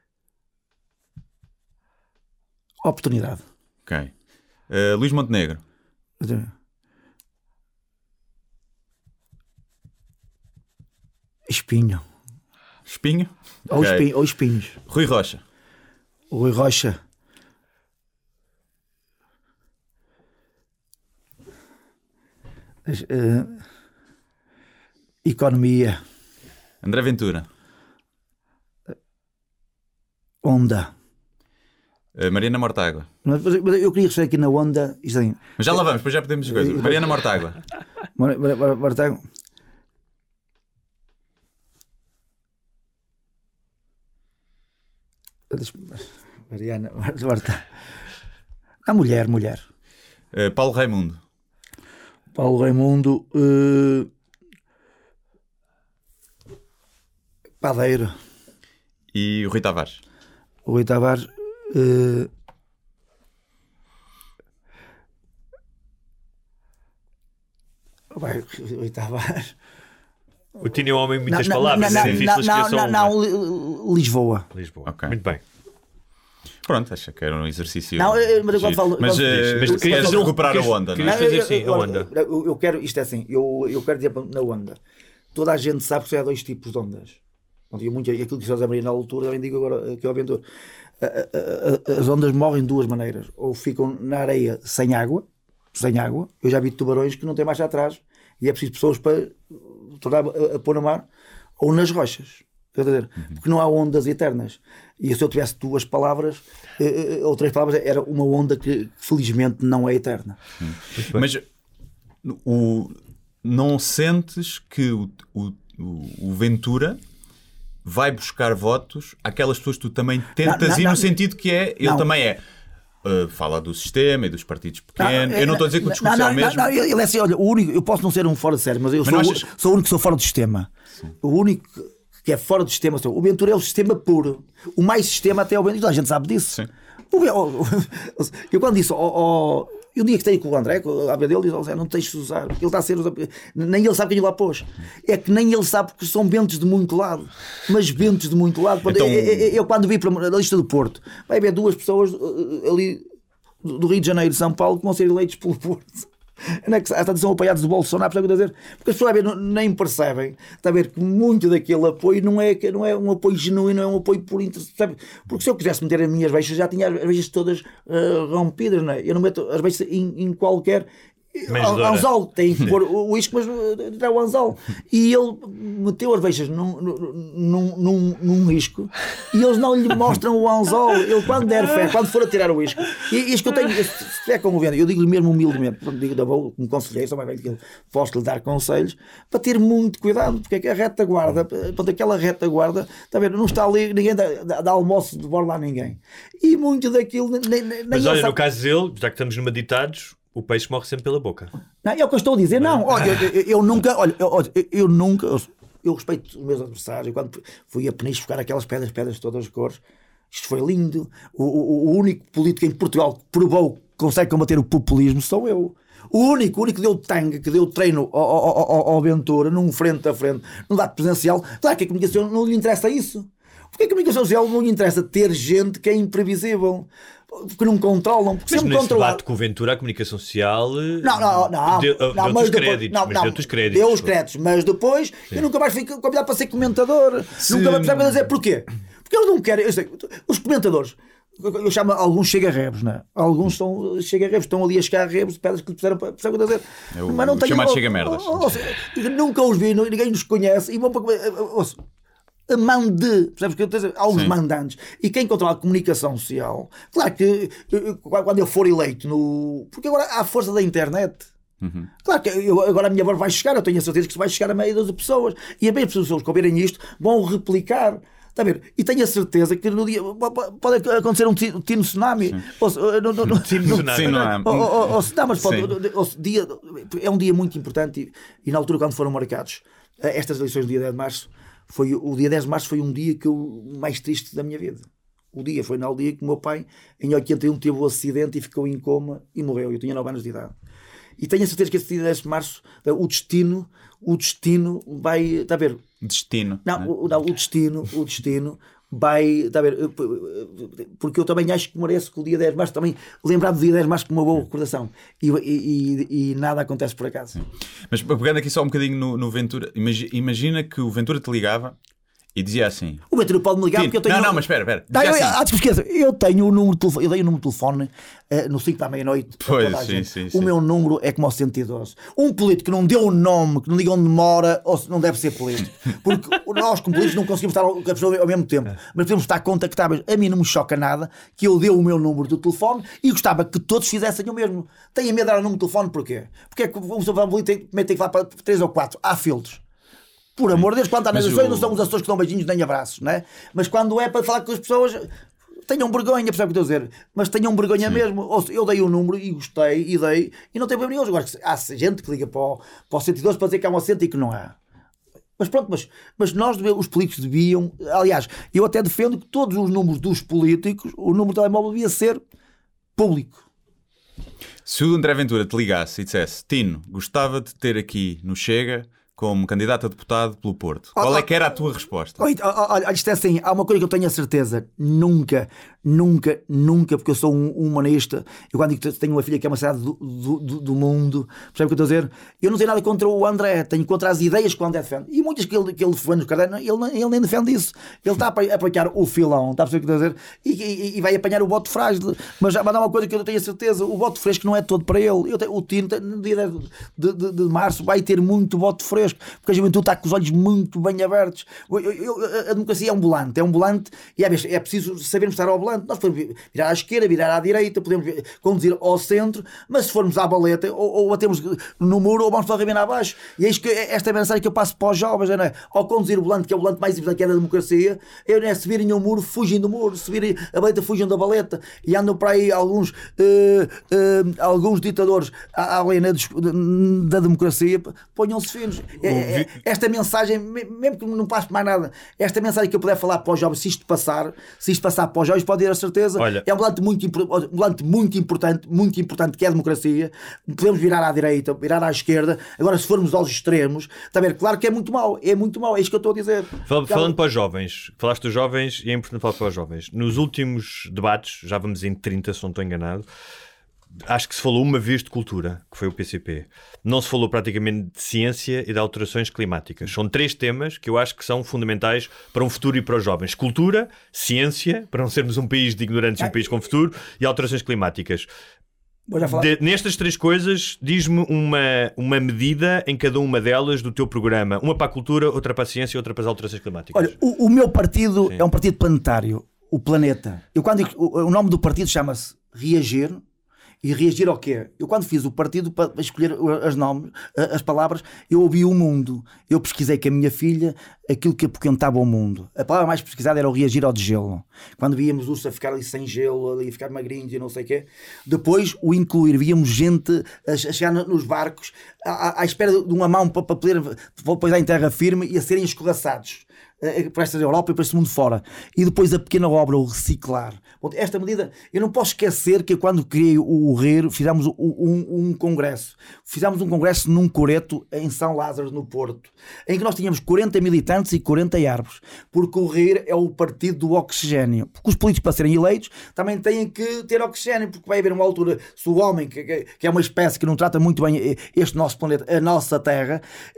Oportunidade. Ok. Luís Montenegro. Espinho. Espinho? Ou espinhos. Rui Rocha. Rui Rocha. Economia. André Ventura. Onda. Mariana Mortágua. Mas eu queria referir aqui na onda. Mas já lá vamos, depois já podemos dizer coisas. Mariana Mortágua. Mortágua. Mariana Mortágua. A mulher. Paulo Raimundo. Paulo Raimundo. Padeiro. E o Rui Tavares. O Rui Tavares. Rui Tavares. O Tino é um homem de muitas palavras. É difícil escolher só uma. Não, Lisboa. Okay. Muito bem. Pronto, acho que era um exercício. Não, mas eu quando falo. Mas queres recuperar a onda, não é? Fazer assim, a onda. Eu quero, isto é assim, eu quero dizer na onda. Toda a gente sabe que há dois tipos de ondas. Muito, aquilo que disse a Maria na altura, também digo agora que é o Aventura. As ondas morrem de duas maneiras. Ou ficam na areia sem água. Eu já vi tubarões que não têm marcha atrás e é preciso pessoas para tornar a pôr no mar, ou nas rochas. Porque não há ondas eternas. E se eu tivesse duas palavras ou três palavras, era uma onda que felizmente não é eterna. Mas não sentes que o Ventura vai buscar votos àquelas pessoas que tu também tentas ir no sentido que ele também é. Fala do sistema e dos partidos pequenos. Eu não estou a dizer que o discurso é o mesmo. Ele é assim, olha, o único, eu posso não ser um fora de série, mas eu sou o único que sou fora do sistema. Sim. O único que é fora do sistema. O Ventura é o sistema puro. O mais sistema até é o Ventura. A gente sabe disso. Sim. Eu quando disse e um dia que estive com o André, a dele, diz: não tens de usar, porque ele está a ser usado. Nem ele sabe quem o lá pôs. É que nem ele sabe, porque são ventos de muito lado. Mas ventos de muito lado. Então... Eu quando vi para a lista do Porto, vai haver duas pessoas ali do Rio de Janeiro e de São Paulo que vão ser eleitos pelo Porto. Não é que são apoiados do Bolsonaro, porque as pessoas nem percebem, está a ver, que muito daquele apoio não é um apoio genuíno, não é um apoio por interesse, sabe? Porque se eu quisesse meter as minhas beixas, já tinha as beixas todas rompidas, não é? Eu não meto as beixas em qualquer anzol, tem que pôr o isco, mas dá o anzol. E ele meteu as beixas num isco e eles não lhe mostram o anzol. Ele, quando der fé, quando for a tirar o isco, e isto que eu tenho, se é comovendo, eu digo-lhe mesmo humildemente, digo da boa, como conselheiro, só mais bem que ele posso lhe dar conselhos, para ter muito cuidado, porque a retaguarda, aquela retaguarda, está a ver, não está ali, ninguém dá almoço de borda a ninguém. E muito daquilo. Mas olha, no caso dele, já que estamos numa ditados, o peixe morre sempre pela boca. Não, é o que eu estou a dizer. Não, olha, eu nunca, eu respeito os meus adversários. Quando fui a Peniche buscar aquelas pedras de todas as cores, isto foi lindo. O único político em Portugal que provou que consegue combater o populismo sou eu. O único que deu tangue, que deu treino ao Ventura, num frente a frente, num dado presencial. Claro que a comunicação não lhe interessa isso. Porque a comunicação social não lhe interessa ter gente que é imprevisível, que não controlam. Mas nesse debate com o Ventura, a comunicação social deu-te os créditos. Deu os créditos, mas depois eu nunca mais fui convidado para ser comentador. Sim. Nunca mais precisava dizer porquê. Porque eles não querem. Os comentadores, eu chamo alguns chega-rebos, não é? Alguns são chega-rebos, estão ali a chegar rebos de pedras que lhe puseram para dizer. Mas não chamado chega-merdas. Nunca os vi, ninguém nos conhece e vão para. A mão de, percebes que há uns mandantes, e quem controla a comunicação social, claro que quando eu for eleito porque agora há a força da internet. Claro que agora a minha voz vai chegar, eu tenho a certeza que vai chegar a meio das pessoas, e as pessoas que ouvirem isto vão replicar. Está a ver? E tenho a certeza que no dia pode acontecer um tino tsunami. É um dia muito importante, e na altura, quando foram marcados estas eleições do dia 10 de março, o dia 10 de março foi um dia que eu mais triste da minha vida. Foi no dia que o meu pai, em 81, teve um acidente e ficou em coma e morreu. Eu tinha 9 anos de idade. E tenho a certeza que esse dia 10 de março, o destino vai. Está a ver? Destino. O destino vai. Está a ver? Porque eu também acho que mereço que o dia 10 de março também lembrar do dia 10 de março com uma boa recordação. E nada acontece por acaso. Sim. Mas pegando aqui só um bocadinho no Ventura, imagina que o Ventura te ligava e dizia assim: o Ventura pode-me ligar porque eu tenho. Não, mas espera. Eu tenho o número de telefone, eu dei o número de telefone no 5 da meia-noite. Pois, sim. O meu número é como o 112. Um político que não deu o nome, que não diga onde mora, ou não deve ser político. Porque nós, como políticos, não conseguimos estar com a pessoa ao mesmo tempo. Mas podemos estar contactáveis. A mim não me choca nada que eu dê o meu número de telefone e gostava que todos fizessem o mesmo. Tenho medo de dar o número de telefone, porquê? Porque é que vamos falar político, tem que falar para 3 ou 4. Há filtros. Por amor de Deus, quando está nas eleições, não são os Açores que dão beijinhos nem abraços, não é? Mas quando é para falar com as pessoas, tenham vergonha, percebe o que estou a dizer? Mas tenham vergonha mesmo. Ou eu dei um número e gostei, e dei, e não tem problema nenhum. Agora, há gente que liga para o 112 para dizer que há um assento e que não há. Mas pronto, mas nós, os políticos deviam... Aliás, eu até defendo que todos os números dos políticos, o número de telemóvel devia ser público. Se o André Ventura te ligasse e dissesse: Tino, gostava de ter aqui no Chega como candidato a deputado pelo Porto, qual é que era a tua resposta? Olha, isto é assim, há uma coisa que eu tenho a certeza, nunca, porque eu sou um humanista, eu quando digo que tenho uma filha que é uma cidade do mundo, percebe o que eu estou a dizer? Eu não tenho nada contra o André, tenho contra as ideias que o André defende, e muitas que ele defende nos cadernos, ele nem defende isso, ele está a apanhar o filão, está a perceber o que eu estou a dizer? E vai apanhar o voto frágil, mas há uma coisa que eu tenho a certeza, o voto fresco não é todo para ele. O Tino, no dia de março, vai ter muito voto fresco, porque a juventude está com os olhos muito bem abertos. A democracia é um volante, e é preciso sabermos estar ao volante. Nós podemos virar à esquerda, virar à direita, podemos conduzir ao centro, mas se formos à baleta, ou batemos no muro, ou vamos para a rabina abaixo. E é isto esta é a mensagem que eu passo para os jovens, não é? Ao conduzir o volante, que é o volante mais importante que é da democracia, se virem ao muro, fugem do muro, se virem a baleta, fujam da baleta, e andam para aí alguns ditadores à lena da democracia, ponham-se finos. Esta mensagem, mesmo que não passe mais nada, esta mensagem que eu puder falar para os jovens, se isto passar para os jovens, pode ter a certeza. Olha, é um volante muito importante, que é a democracia. Podemos virar à direita, virar à esquerda. Agora, se formos aos extremos, está bem, claro que é muito mau, é isso que eu estou a dizer. Falando para os jovens, falaste dos jovens e é importante falar para os jovens. Nos últimos debates, já vamos em 30, se não estou enganado, acho que se falou uma vez de cultura, que foi o PCP. Não se falou praticamente de ciência e de alterações climáticas. São 3 temas que eu acho que são fundamentais para um futuro e para os jovens. Cultura, ciência, para não sermos um país de ignorantes e um país com futuro, e alterações climáticas. Nestas 3 coisas, diz-me uma medida em cada uma delas do teu programa. Uma para a cultura, outra para a ciência e outra para as alterações climáticas. Olha, o meu partido é um partido planetário. O Planeta. Eu quando digo, o nome do partido chama-se Reagir. E reagir ao quê? Eu quando fiz o partido para escolher as palavras, eu ouvi o mundo. Eu pesquisei com a minha filha aquilo que apoquentava o mundo. A palavra mais pesquisada era o reagir ao degelo. Quando víamos ursos a ficar ali sem gelo, ali a ficar magrinhos e não sei o quê. Depois o incluir, víamos gente a chegar nos barcos à espera de uma mão para poder pousar em terra firme e a serem escorraçados para esta Europa e para este mundo fora. E depois a pequena obra, o reciclar. Esta medida, eu não posso esquecer que quando criei o RER, fizemos um congresso. Fizemos um congresso num coreto em São Lázaro, no Porto, em que nós tínhamos 40 militantes e 40 árvores. Porque o RER é o partido do oxigênio. Porque os políticos, para serem eleitos, também têm que ter oxigênio. Porque vai haver uma altura, se o homem, que é uma espécie que não trata muito bem este nosso planeta, a nossa Terra,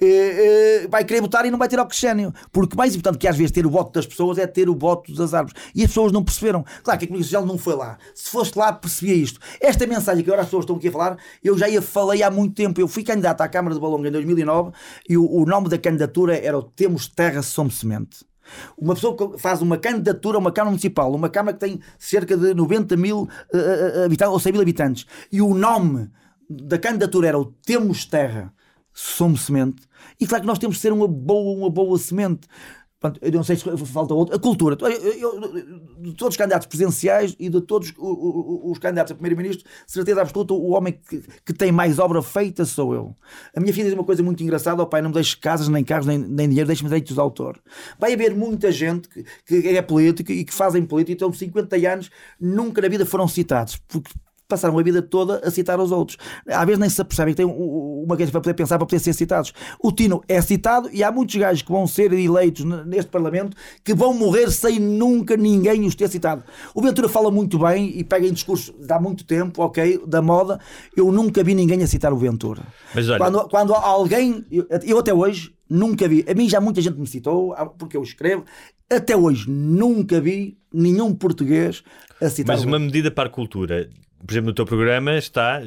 vai querer votar e não vai ter oxigênio. Porque mais importante que às vezes ter o voto das pessoas é ter o voto das árvores. E as pessoas não perceberam. Claro que a comunicação social não foi lá. Se foste lá, percebia isto. Esta mensagem que agora as pessoas estão aqui a falar, eu já falei há muito tempo. Eu fui candidato à Câmara de Valonga em 2009 e o nome da candidatura era o Temos Terra, Somos Semente. Uma pessoa que faz uma candidatura a uma Câmara Municipal, uma Câmara que tem cerca de 90 mil habitantes ou 100 mil habitantes, e o nome da candidatura era o Temos Terra, Somos Semente. E claro que nós temos de ser uma boa semente. Eu não sei se falta outro. A cultura. De todos os candidatos presidenciais e de todos os candidatos a primeiro-ministro, certeza absoluta, o homem que tem mais obra feita sou eu. A minha filha diz uma coisa muito engraçada: ó pai, não me deixes casas, nem carros, nem dinheiro, deixe-me direitos de autor. Vai haver muita gente que é política e que fazem política e estão 50 anos, nunca na vida foram citados. Porque passaram a vida toda a citar os outros. Às vezes nem se apercebem que tem uma coisa para poder pensar, para poder ser citados. O Tino é citado e há muitos gajos que vão ser eleitos neste Parlamento que vão morrer sem nunca ninguém os ter citado. O Ventura fala muito bem e pega em discurso de há muito tempo, ok, da moda. Eu nunca vi ninguém a citar o Ventura. Mas olha, quando alguém, eu até hoje nunca vi, a mim já muita gente me citou, porque eu escrevo, até hoje nunca vi nenhum português a citar. Mas uma medida para a cultura, por exemplo, no teu programa está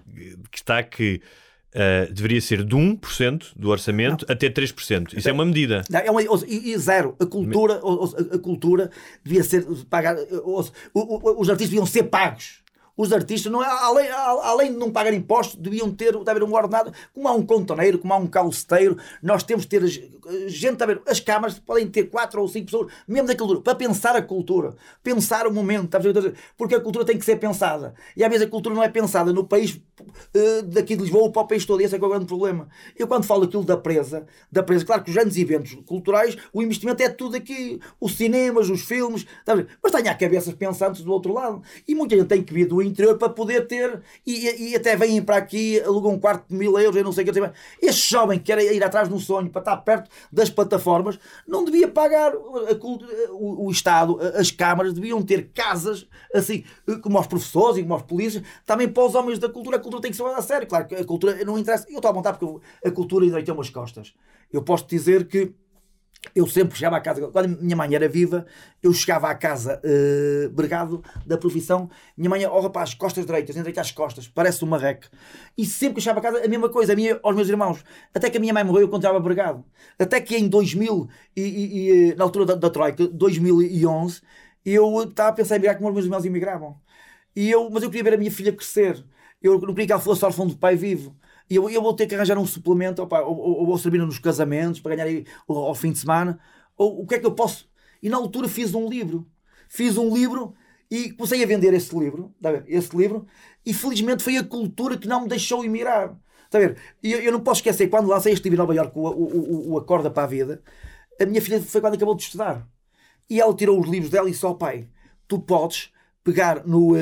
que deveria ser de 1% do orçamento até 3%. Isso é uma medida. Não, e zero. A cultura devia ser pagada. Os artistas deviam ser pagos. Os artistas, não, além de não pagar impostos, deviam ter um ordenado, como há um contoneiro, como há um calceteiro. Nós temos de ter gente, as câmaras podem ter 4 ou 5 pessoas, mesmo da cultura, para pensar a cultura, pensar o momento, porque a cultura tem que ser pensada. E às vezes a cultura não é pensada no país daqui de Lisboa para o país todo, e esse é que é o grande problema. Eu quando falo aquilo da presa, claro que os grandes eventos culturais, o investimento é tudo aqui, os cinemas, os filmes, mas tenha cabeças pensantes do outro lado. E muita gente tem que vir do interior para poder ter, e até vêm para aqui, alugam um quarto de 1.000 euros, eu não sei o que. Este jovem que quer ir atrás de um sonho para estar perto das plataformas, não devia pagar o Estado, as câmaras deviam ter casas, assim, como aos professores e como aos polícias, também para os homens da cultura. A cultura tem que ser a sério, claro que a cultura não interessa, eu estou à vontade porque a cultura ainda tem umas costas. Eu posso dizer que eu sempre chegava à casa, quando a minha mãe era viva, eu chegava à casa bregado da profissão, minha mãe, rapaz, costas direitas, endireita as costas, parece um marreco. E sempre que chegava à casa, a mesma coisa, aos meus irmãos. Até que a minha mãe morreu, eu continuava bregado. Até que em 2000, na altura da Troika, 2011, eu estava a pensar em emigrar como os meus irmãos emigravam. Mas eu queria ver a minha filha crescer. Eu não queria que ela fosse órfã de pai vivo. E eu vou ter que arranjar um suplemento, ou vou servir nos casamentos para ganhar ao fim de semana, ou o que é que eu posso? E na altura fiz um livro e comecei a vender esse livro, e felizmente foi a cultura que não me deixou emigrar. Está a ver? Eu não posso esquecer, quando lancei este livro em Nova Iorque, o Acorda para a Vida, a minha filha foi quando acabou de estudar. E ela tirou os livros dela e disse: pai, tu podes pegar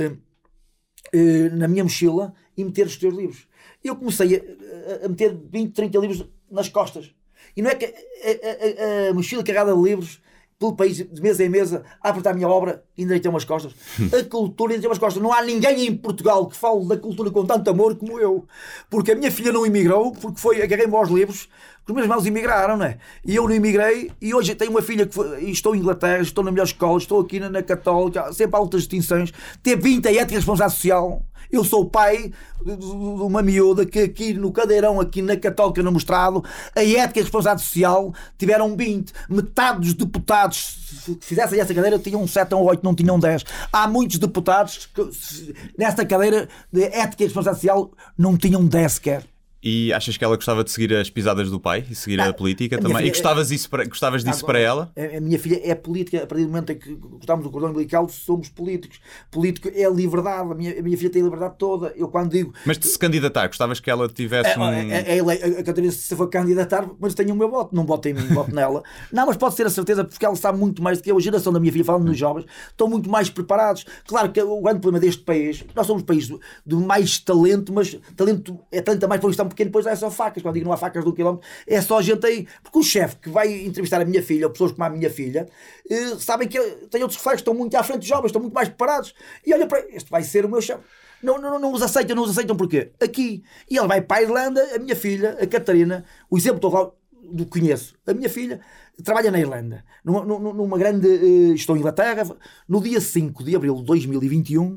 na minha mochila e meter os teus livros. Eu comecei a meter 20, 30 livros nas costas. E não é que a mochila carregada de livros pelo país, de mesa em mesa, a apertar a minha obra, ainda tem umas costas. A cultura ainda tem umas costas. Não há ninguém em Portugal que fale da cultura com tanto amor como eu. Porque a minha filha não emigrou, porque agarrei-me aos livros, que os meus irmãos emigraram, não é? E eu não emigrei, e hoje tenho uma filha estou em Inglaterra, estou na melhor escola, estou aqui na Católica, sempre há altas distinções. Teve 20 a ética e responsabilidade social. Eu sou o pai de uma miúda que aqui no cadeirão, aqui na Católica, no mestrado, a ética e a responsabilidade social tiveram 20. Metade dos deputados que fizessem essa cadeira tinham 7 ou 8, não tinham 10. Há muitos deputados que nesta cadeira de ética e responsabilidade social não tinham 10 sequer. E achas que ela gostava de seguir as pisadas do pai e seguir a política também? Filha, e gostavas disso para ela? A minha filha é política. A partir do momento em que gostamos do cordão umbilical, somos políticos. Político é liberdade. A minha filha tem a liberdade toda. Eu quando digo... Mas de se candidatar, gostavas que ela tivesse a Catarina, se for candidatar, mas tenho o meu voto. Não voto em mim, voto nela. Não, mas pode ter a certeza, porque ela sabe muito mais do que eu. A geração da minha filha, falando nos jovens, estão muito mais preparados. Claro que o grande problema deste país, nós somos um país de mais talento, mas talento é tanto a mais por isso pequeno, depois é só facas. Quando digo não há facas do quilómetro, é só gente aí. Porque o chefe que vai entrevistar a minha filha, ou pessoas como a minha filha, sabem que tem outros reflexos, estão muito à frente dos jovens, estão muito mais preparados. E olha para este vai ser o meu chefe. Não os aceitam porquê? Aqui. E ele vai para a Irlanda, a minha filha, a Catarina, o exemplo estou a falar do que conheço. A minha filha trabalha na Irlanda, numa grande. Estou em Inglaterra, no dia 5 de abril de 2021.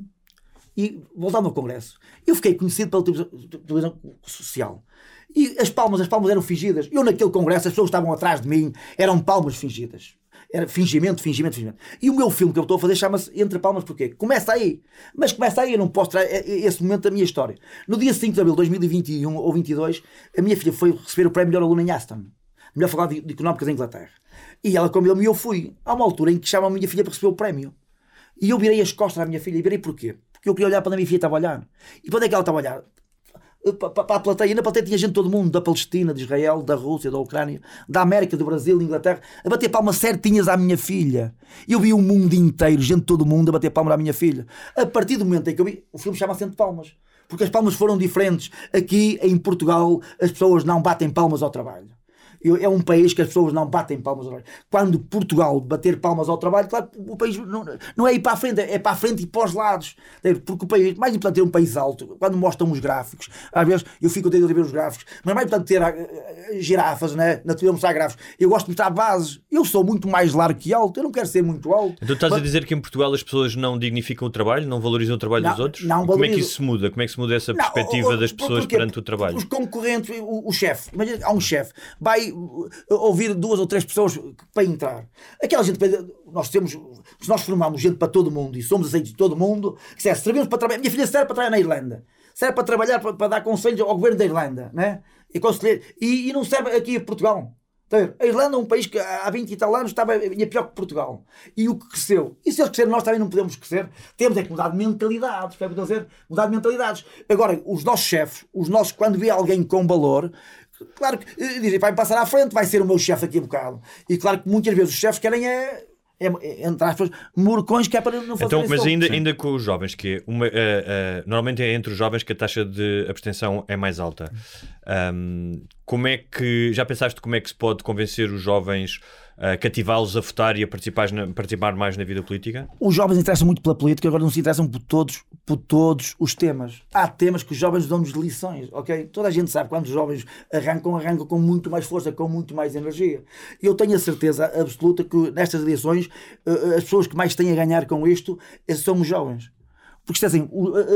E voltando ao Congresso, eu fiquei conhecido pela televisão social. E as palmas eram fingidas. Eu naquele Congresso, as pessoas estavam atrás de mim, eram palmas fingidas. Era fingimento. E o meu filme que eu estou a fazer chama-se Entre Palmas, porquê? Começa aí. Mas começa aí, eu não posso tirar esse momento da minha história. No dia 5 de abril de 2021 ou 22, a minha filha foi receber o prémio melhor aluna em Aston, melhor faculdade de Económicas da Inglaterra. E ela convidou-me e eu fui. Há uma altura em que chamam a minha filha para receber o prémio. E eu virei as costas à minha filha. E virei porquê? Eu queria olhar para a minha filha estava a olhar. E para onde é que ela estava a olhar? Para a plateia. E na plateia tinha gente de todo mundo, da Palestina, de Israel, da Rússia, da Ucrânia, da América, do Brasil, da Inglaterra, a bater palmas certinhas à minha filha. Eu vi o mundo inteiro, gente de todo mundo a bater palmas à minha filha. A partir do momento em que eu vi, o filme chama-se Entre Palmas. Porque as palmas foram diferentes. Aqui, em Portugal, as pessoas não batem palmas ao trabalho. É um país que as pessoas não batem palmas ao trabalho. Quando Portugal bater palmas ao trabalho, claro, o país não é ir para a frente, é para a frente e para os lados. Porque o país, mais importante ter um país alto, quando mostram os gráficos, às vezes eu fico contente de ver os gráficos, mas mais importante ter girafas, né? Na televisão mostrar gráficos. Eu gosto de mostrar bases. Eu sou muito mais largo que alto, eu não quero ser muito alto. Então estás a dizer que em Portugal as pessoas não dignificam o trabalho, não valorizam o trabalho dos outros? Não como é que isso se muda? Como é que se muda essa perspectiva das pessoas perante o trabalho? Os concorrentes, o chefe, imagina, há um chefe, vai ouvir 2 ou 3 pessoas para entrar. Aquela gente se nós formamos gente para todo mundo e somos aceitos de todo mundo, se servimos para trabalhar, minha filha serve para trabalhar na Irlanda, serve para trabalhar para dar conselhos ao governo da Irlanda, né? E não serve aqui a Portugal. A Irlanda é um país que há 20 e tal anos vinha pior que Portugal. E o que cresceu? E se eles cresceram, nós também não podemos crescer. Temos é que mudar de mentalidades. Mudar de mentalidades. Agora, os nossos chefes, quando vê alguém com valor, claro que dizem, vai passar à frente, vai ser o meu chefe aqui a bocado. E claro que muitas vezes os chefes querem entre aspas, murcões, que é para não fazer então, mas ainda com os jovens, que normalmente é entre os jovens que a taxa de abstenção é mais alta. Como é que já pensaste como é que se pode convencer os jovens a cativá-los a votar e a participar mais na vida política? Os jovens interessam muito pela política, agora não se interessam por todos os temas. Há temas que os jovens dão-nos lições, ok? Toda a gente sabe, quando os jovens arrancam com muito mais força, com muito mais energia. E eu tenho a certeza absoluta que nestas eleições as pessoas que mais têm a ganhar com isto são os jovens. Porque assim,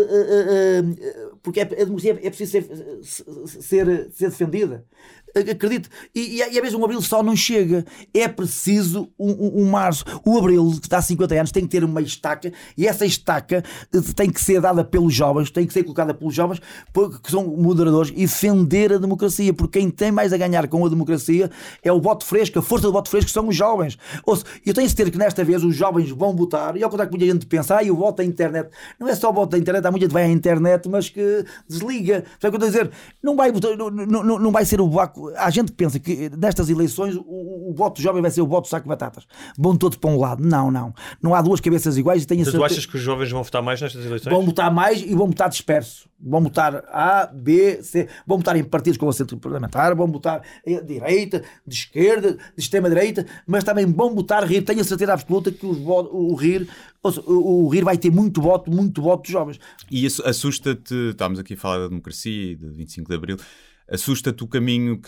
porque a democracia é preciso ser defendida. Acredito. E às vezes um abril só não chega. É preciso um março. O abril, que está há 50 anos, tem que ter uma estaca, e essa estaca tem que ser dada pelos jovens, tem que ser colocada pelos jovens, que são moderadores, e defender a democracia. Porque quem tem mais a ganhar com a democracia é o voto fresco, a força do voto fresco são os jovens. Eu tenho certeza que nesta vez os jovens vão votar, e ao contrário que muita gente pensa, o voto da internet. Não é só o voto da internet, há muita gente que vai à internet, mas que desliga. Sabe o que eu estou a dizer? Não vai votar, não vai ser o vácuo. Há gente que pensa que nestas eleições o voto jovem vai ser o voto saco de batatas. Vão todos para um lado. Não há duas cabeças iguais. Então, tu achas que os jovens vão votar mais nestas eleições? Vão votar mais e vão votar disperso. Vão votar A, B, C. Vão votar em partidos com assento parlamentar. Vão votar de direita, de esquerda, de extrema-direita. Mas também vão votar RIR. Tenho a certeza absoluta que o RIR vai ter muito voto dos jovens. E isso assusta-te? Estamos aqui a falar da democracia e de 25 de Abril. Assusta-te o caminho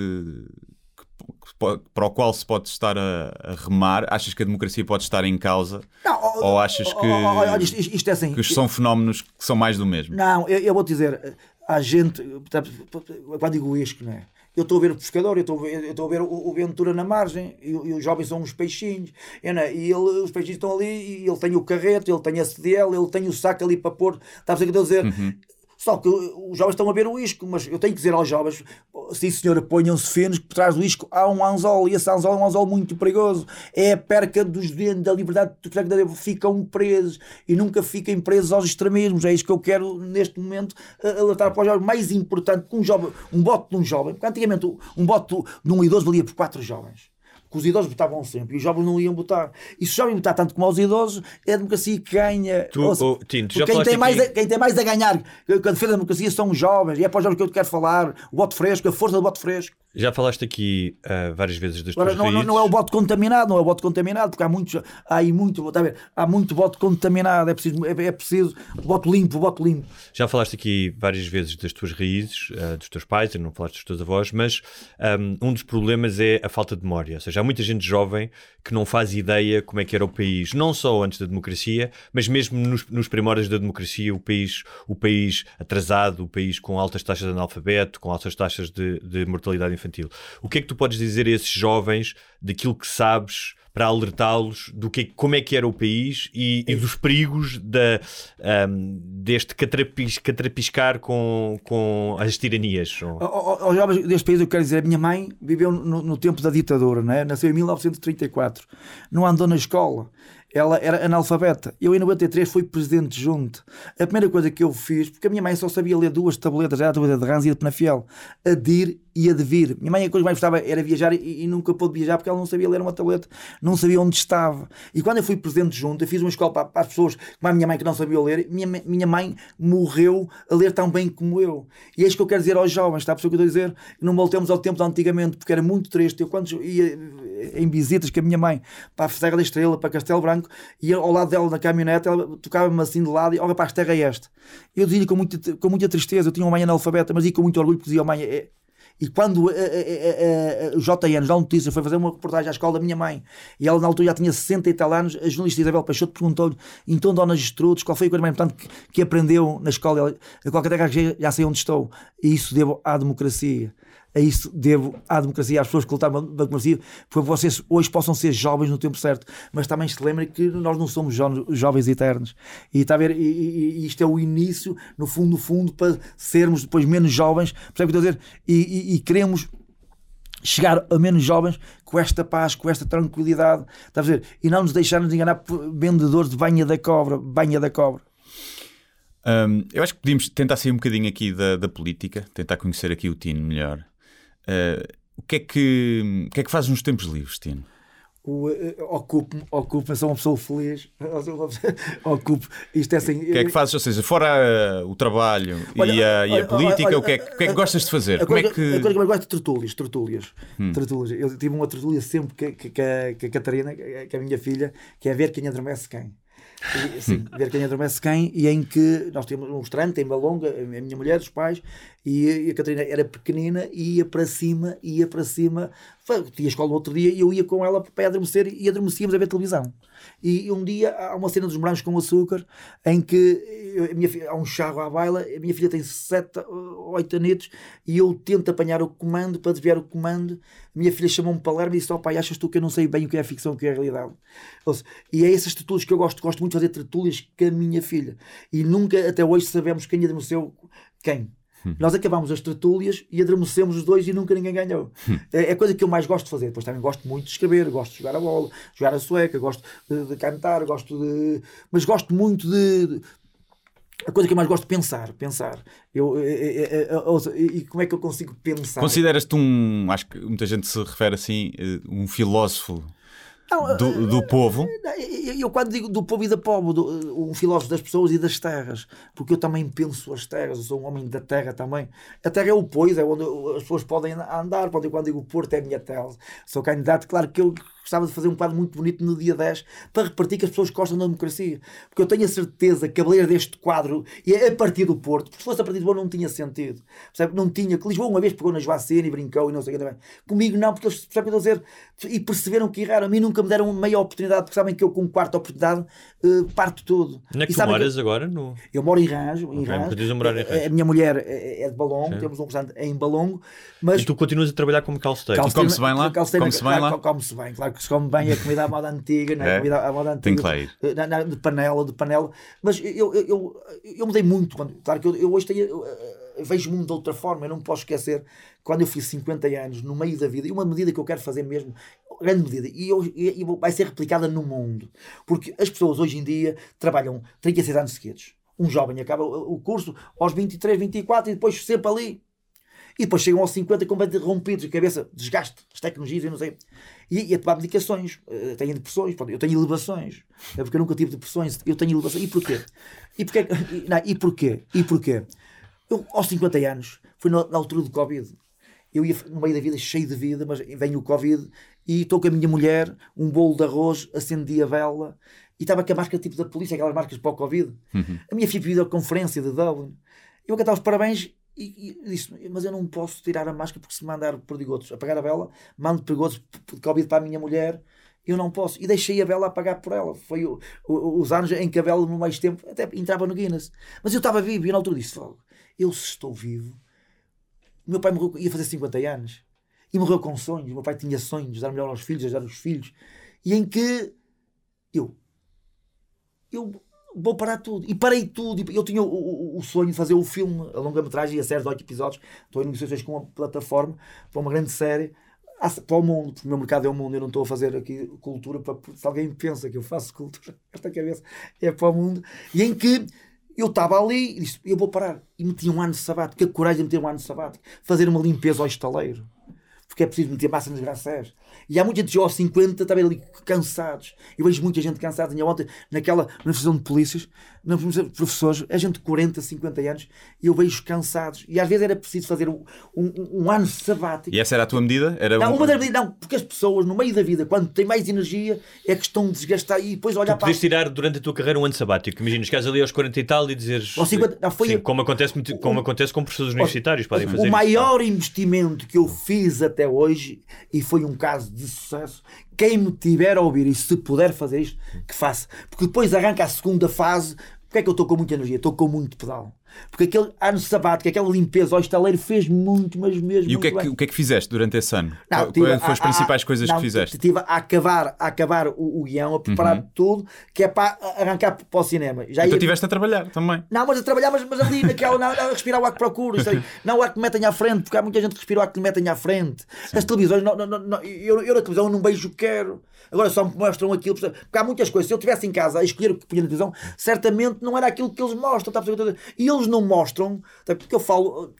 para o qual se pode estar a remar? Achas que a democracia pode estar em causa? Não, ou achas que, isto é assim, que são fenómenos que são mais do mesmo? Não, eu vou-te dizer, há gente, quando digo isco, não é? Eu estou a ver o pescador, eu estou a ver o Ventura na margem, e os jovens são uns peixinhos, e os peixinhos estão ali, e ele tem o carreto, ele tem a CDL, ele tem o saco ali para pôr, está a ver o que eu estou a dizer? Uhum. Só que os jovens estão a ver o isco, mas eu tenho que dizer aos jovens, sim senhor, ponham-se finos, que por trás do isco há um anzol, e esse anzol é um anzol muito perigoso. É a perca dos dentes, da liberdade, ficam presos, e nunca fiquem presos aos extremismos. É isso que eu quero neste momento alertar para os jovens. Mais importante que um voto de um jovem, porque antigamente um voto de um idoso valia por 4 jovens. Que os idosos votavam sempre e os jovens não iam votar. E se os jovens votar tanto como aos idosos, é a democracia que ganha. Quem tem mais a ganhar com a defesa da democracia são os jovens, e é para os jovens que eu quero falar. O voto fresco, a força do voto fresco. Já falaste aqui várias vezes das tuas raízes. Não é o voto contaminado, porque há muito voto contaminado. É preciso voto limpo. Já falaste aqui várias vezes das tuas raízes, dos teus pais, não falaste dos teus avós, mas um dos problemas é a falta de memória. Ou seja, há muita gente jovem que não faz ideia como é que era o país, não só antes da democracia, mas mesmo nos primórdios da democracia, o país atrasado, o país com altas taxas de analfabeto, com altas taxas de mortalidade infantil. O que é que tu podes dizer a esses jovens daquilo que sabes para alertá-los como é que era o país e dos perigos deste catrapiscar com as tiranias? Aos jovens deste país eu quero dizer, a minha mãe viveu no tempo da ditadura, não é? Nasceu em 1934, não andou na escola. Ela era analfabeta. Eu em 93 fui presidente junto. A primeira coisa que eu fiz, porque a minha mãe só sabia ler 2 tabletas, era a tableta de Rans e a de Penafiel, a dir e a devir. Minha mãe a coisa que mais gostava era viajar e nunca pôde viajar porque ela não sabia ler uma tableta, não sabia onde estava. E quando eu fui presidente junto, eu fiz uma escola para as pessoas como a minha mãe que não sabia ler. Minha mãe morreu a ler tão bem como eu. E é isso que eu quero dizer aos jovens, está a perceber o que eu estou a dizer? Não voltemos ao tempo de antigamente, porque era muito triste. Eu quando ia em visitas com a minha mãe para a Serra da Estrela, para Castelo Branco, e ao lado dela na caminhonete, ela tocava-me assim de lado e olha, rapaz, terra é esta. Eu dizia com muita tristeza, eu tinha uma mãe analfabeta, mas ia com muito orgulho, porque dizia, mãe, E quando o JN, já notícia, foi fazer uma reportagem à escola da minha mãe, e ela na altura já tinha 60 e tal anos, a jornalista Isabel Peixoto perguntou-lhe, então dona Gestrudes, qual foi a coisa mais importante que aprendeu na escola? Ela, a qualquer terra já sei onde estou, e isso devo à democracia. a isso devo à democracia, às pessoas que lutaram pela democracia, porque vocês hoje possam ser jovens no tempo certo, mas também se lembrem que nós não somos jovens eternos. E está a ver, e isto é o início, no fundo, para sermos depois menos jovens, percebe o que estou a dizer? E queremos chegar a menos jovens com esta paz, com esta tranquilidade, está a ver? E não nos deixarmos enganar por vendedores de banha da cobra. Eu acho que podíamos tentar sair um bocadinho aqui da política, tentar conhecer aqui o Tino melhor. O que é que fazes nos tempos livres, Tino? Ocupo-me, sou uma pessoa feliz. Ocupo, isto é assim. O que é que fazes? Ou seja, fora o trabalho e a política, o que é que gostas de fazer? A coisa que mais gosto de tertúlias. Eu tive uma tertúlia sempre que a Catarina, que é a minha filha, que é ver quem adormece quem. Sim, ver quem adormece quem, e em que nós tínhamos um restaurante em Balonga, a minha mulher, os pais, e a Catarina era pequenina e ia para cima, tinha escola no outro dia e eu ia com ela para adormecer e adormecíamos a ver televisão. E um dia há uma cena dos morangos com açúcar em que a minha filha, há um charro à baila, a minha filha tem 7 ou 8 anetos e eu tento apanhar o comando para desviar o comando. A minha filha chamou-me para ler e disse: pai, achas tu que eu não sei bem o que é ficção, o que é a realidade? E é essas tertúlias que eu gosto muito de fazer tertúlias com a minha filha, e nunca até hoje sabemos quem adormeceu quem. Nós acabámos as tertúlias e adormecemos os dois e nunca ninguém ganhou. É a coisa que eu mais gosto de fazer. Depois também gosto muito de escrever, gosto de jogar a bola, jogar a sueca, gosto de cantar, mas gosto muito de... A coisa que eu mais gosto de pensar. E como é que eu consigo pensar? Consideras-te acho que muita gente se refere assim, um filósofo do povo? Eu quando digo do povo e da povo, um filósofo das pessoas e das terras, porque eu também penso as terras, eu sou um homem da terra também. A terra é o pois, é onde as pessoas podem andar. Quando digo o Porto é a minha terra, sou candidato. Claro que eu gostava de fazer um quadro muito bonito no dia 10 para repartir que as pessoas gostam da democracia, porque eu tenho a certeza que a baleia deste quadro é a partir do Porto, porque se fosse a partir do Lisboa não tinha sentido, percebe? Não tinha, que Lisboa uma vez pegou na Joacena e brincou e não sei o que também. Comigo não, porque eles percebem dizer e perceberam que erraram. A mim nunca me deram uma meia oportunidade, porque sabem que eu com 4ª oportunidade parto tudo. Onde é que tu moras agora? Eu moro em Ranjo. A minha mulher é de Balongo, temos um restaurante em Balongo, mas... E tu continuas a trabalhar como calceteiro? Come-se bem lá? Come-se bem, claro que se come bem a comida à moda antiga, não é? Comida à moda antiga. Tem que lá ir. De panela. Mas eu mudei muito. Claro que eu hoje vejo o mundo de outra forma. Eu não me posso esquecer quando eu fiz 50 anos no meio da vida, e uma medida que eu quero fazer mesmo, grande medida, e vai ser replicada no mundo, porque as pessoas hoje em dia trabalham 36 anos seguidos. Um jovem acaba o curso aos 23, 24 e depois sempre ali. E depois chegam aos 50 completamente rompidos, a cabeça, desgaste, as tecnologias, eu não sei. E a tomar medicações, tenho depressões, eu tenho elevações. É porque eu nunca tive depressões, eu tenho elevações. E porquê? E porquê? Eu, aos 50 anos, fui na altura do Covid. Eu ia no meio da vida, cheio de vida, mas vem o Covid e estou com a minha mulher, um bolo de arroz, acendi a vela e estava com a máscara tipo da polícia, aquelas máscaras para o Covid. A minha filha pediu a conferência de Dublin. Eu cantava os parabéns e disse: mas eu não posso tirar a máscara porque se mandar perdigotos apagar a vela, mando perdigotos de Covid para a minha mulher, eu não posso. E deixei a vela apagar por ela. Foi os anos em que a vela no mais tempo até entrava no Guinness. Mas eu estava vivo e na altura disse: eu se estou vivo. O meu pai morreu, ia fazer 50 anos e morreu com sonhos. O meu pai tinha sonhos de dar melhor aos filhos, ajudar os filhos, e em que eu vou parar tudo. E parei tudo. Eu tinha o sonho de fazer o filme, a longa-metragem e a série de 8 episódios. Estou em negociações com uma plataforma para uma grande série para o mundo, porque o meu mercado é o mundo. Eu não estou a fazer aqui cultura para... Se alguém pensa que eu faço cultura, esta cabeça é para o mundo. E em que eu estava ali e disse: eu vou parar. E meti um ano sabático. Que a coragem de meter um ano sabático. Fazer uma limpeza ao estaleiro. Porque é preciso meter massa nos graçés. E há muita gente aos 50 também ali cansados. Eu vejo muita gente cansada. Tinha ontem na função de polícias, professores, é gente de 40, 50 anos, e eu vejo cansados. E às vezes era preciso fazer um ano sabático. E essa era a tua medida? Não, porque as pessoas no meio da vida, quando têm mais energia, é questão de desgastar e depois olhar para... Podias tirar durante a tua carreira um ano sabático. Imagina, chegares ali aos 40 e tal e dizeres... como acontece com professores universitários, podem fazer o maior investimento que eu fiz até hoje, e foi um caso de sucesso. Quem me tiver a ouvir e se puder fazer isto, que faça, porque depois arranca a segunda fase Porque é que eu estou com muita energia? Estou com muito pedal. Porque aquele ano sabático, aquela limpeza ao estaleiro fez muito, mas mesmo E muito bem. o que é que fizeste durante esse ano? Não, Quais foram as principais coisas que fizeste? Estive a acabar o guião, a preparar tudo, que é para arrancar para o cinema. Já Então estiveste a trabalhar também. Não, mas a trabalhar, mas ali naquela, a respirar o ar que procuro. Não o ar que me metem à frente, porque há muita gente que respira o ar que lhe metem à frente. Sim. As televisões, eu na televisão não beijo o que quero. Agora só me mostram aquilo. Porque há muitas coisas. Se eu estivesse em casa a escolher o que punha na televisão, certamente não era aquilo que eles mostram. Tá? E eles não mostram, tá? Porque eu falo.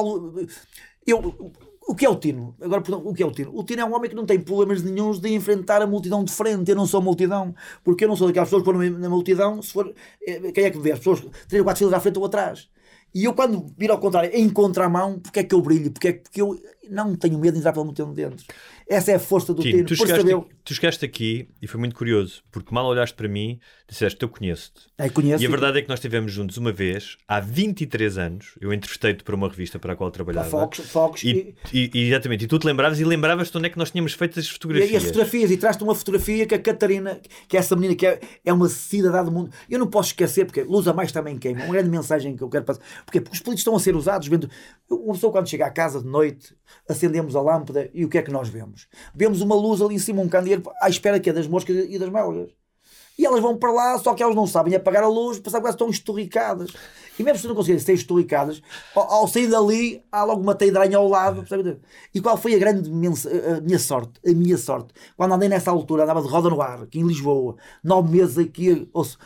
O que é o Tino? Agora, o que é o Tino? O Tino é um homem que não tem problemas nenhuns de enfrentar a multidão de frente. Eu não sou multidão, porque eu não sou daquelas pessoas que pôr na multidão, se for, quem é que vê? As pessoas 3 ou 4 filas à frente ou atrás. E eu, quando viro ao contrário, em contramão, porque é que eu brilho? Porque eu não tenho medo de entrar pela multidão de dentro. Essa é a força do Tino. Tu chegaste aqui e foi muito curioso, porque mal olhaste para mim, disseste, eu conheço-te. Conheço. E a verdade é que nós estivemos juntos uma vez, há 23 anos, eu entrevistei-te para uma revista para a qual trabalhava. Fox. Exatamente, e tu te lembravas de onde é que nós tínhamos feito as fotografias. E as fotografias, e traz-te uma fotografia que a Catarina, que é essa menina que é uma cidadã do mundo. Eu não posso esquecer, porque luz a mais também queima. Uma grande mensagem que eu quero passar. Porque os políticos estão a ser usados, uma pessoa quando chega à casa de noite, acendemos a lâmpada e o que é que nós vemos? Vemos uma luz ali em cima, um candeeiro à espera que é das moscas e das melgas. E elas vão para lá, só que elas não sabem apagar a luz, pensam que elas estão esturricadas. E mesmo se não conseguirem ser esturricadas, ao sair dali, há logo uma teia de aranha ao lado. E qual foi a minha sorte? A minha sorte. Quando andei nessa altura, andava de roda no ar, aqui em Lisboa, 9 meses aqui,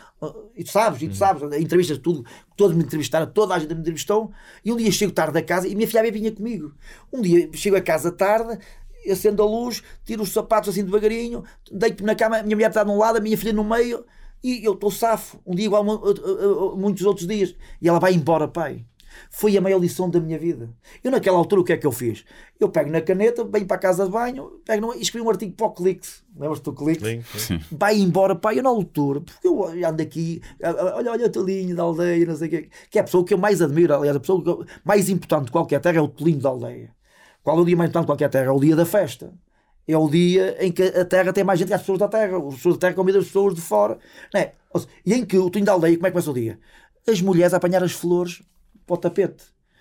e tu sabes, entrevistas, tudo, todos me entrevistaram, toda a gente me entrevistou, e um dia chego tarde da casa, e minha filha vinha comigo. Um dia chego a casa tarde, acendo a luz, tiro os sapatos assim devagarinho, deito-me na cama, a minha mulher está de um lado, a minha filha no meio, e eu estou safo, um dia igual a muitos outros dias, e ela vai embora, pai. Foi a maior lição da minha vida. Eu naquela altura o que é que eu fiz? Eu pego na caneta, venho para a casa de banho, e escrevi um artigo para o Clix. Lembras-te do Clix? Sim. Vai embora, pai, eu na altura, porque eu ando aqui, olha o Tolinho da aldeia, não sei o que é a pessoa que eu mais admiro, aliás, a pessoa mais importante de qualquer terra é o Tolinho da aldeia. Qual é o dia mais importante de qualquer terra? É o dia da festa. É o dia em que a terra tem mais gente que as pessoas da terra. As pessoas da terra convidam as pessoas de fora. Não é? E em que o Tolinho da aldeia, como é que começa o dia? As mulheres a apanhar as flores para o tapete.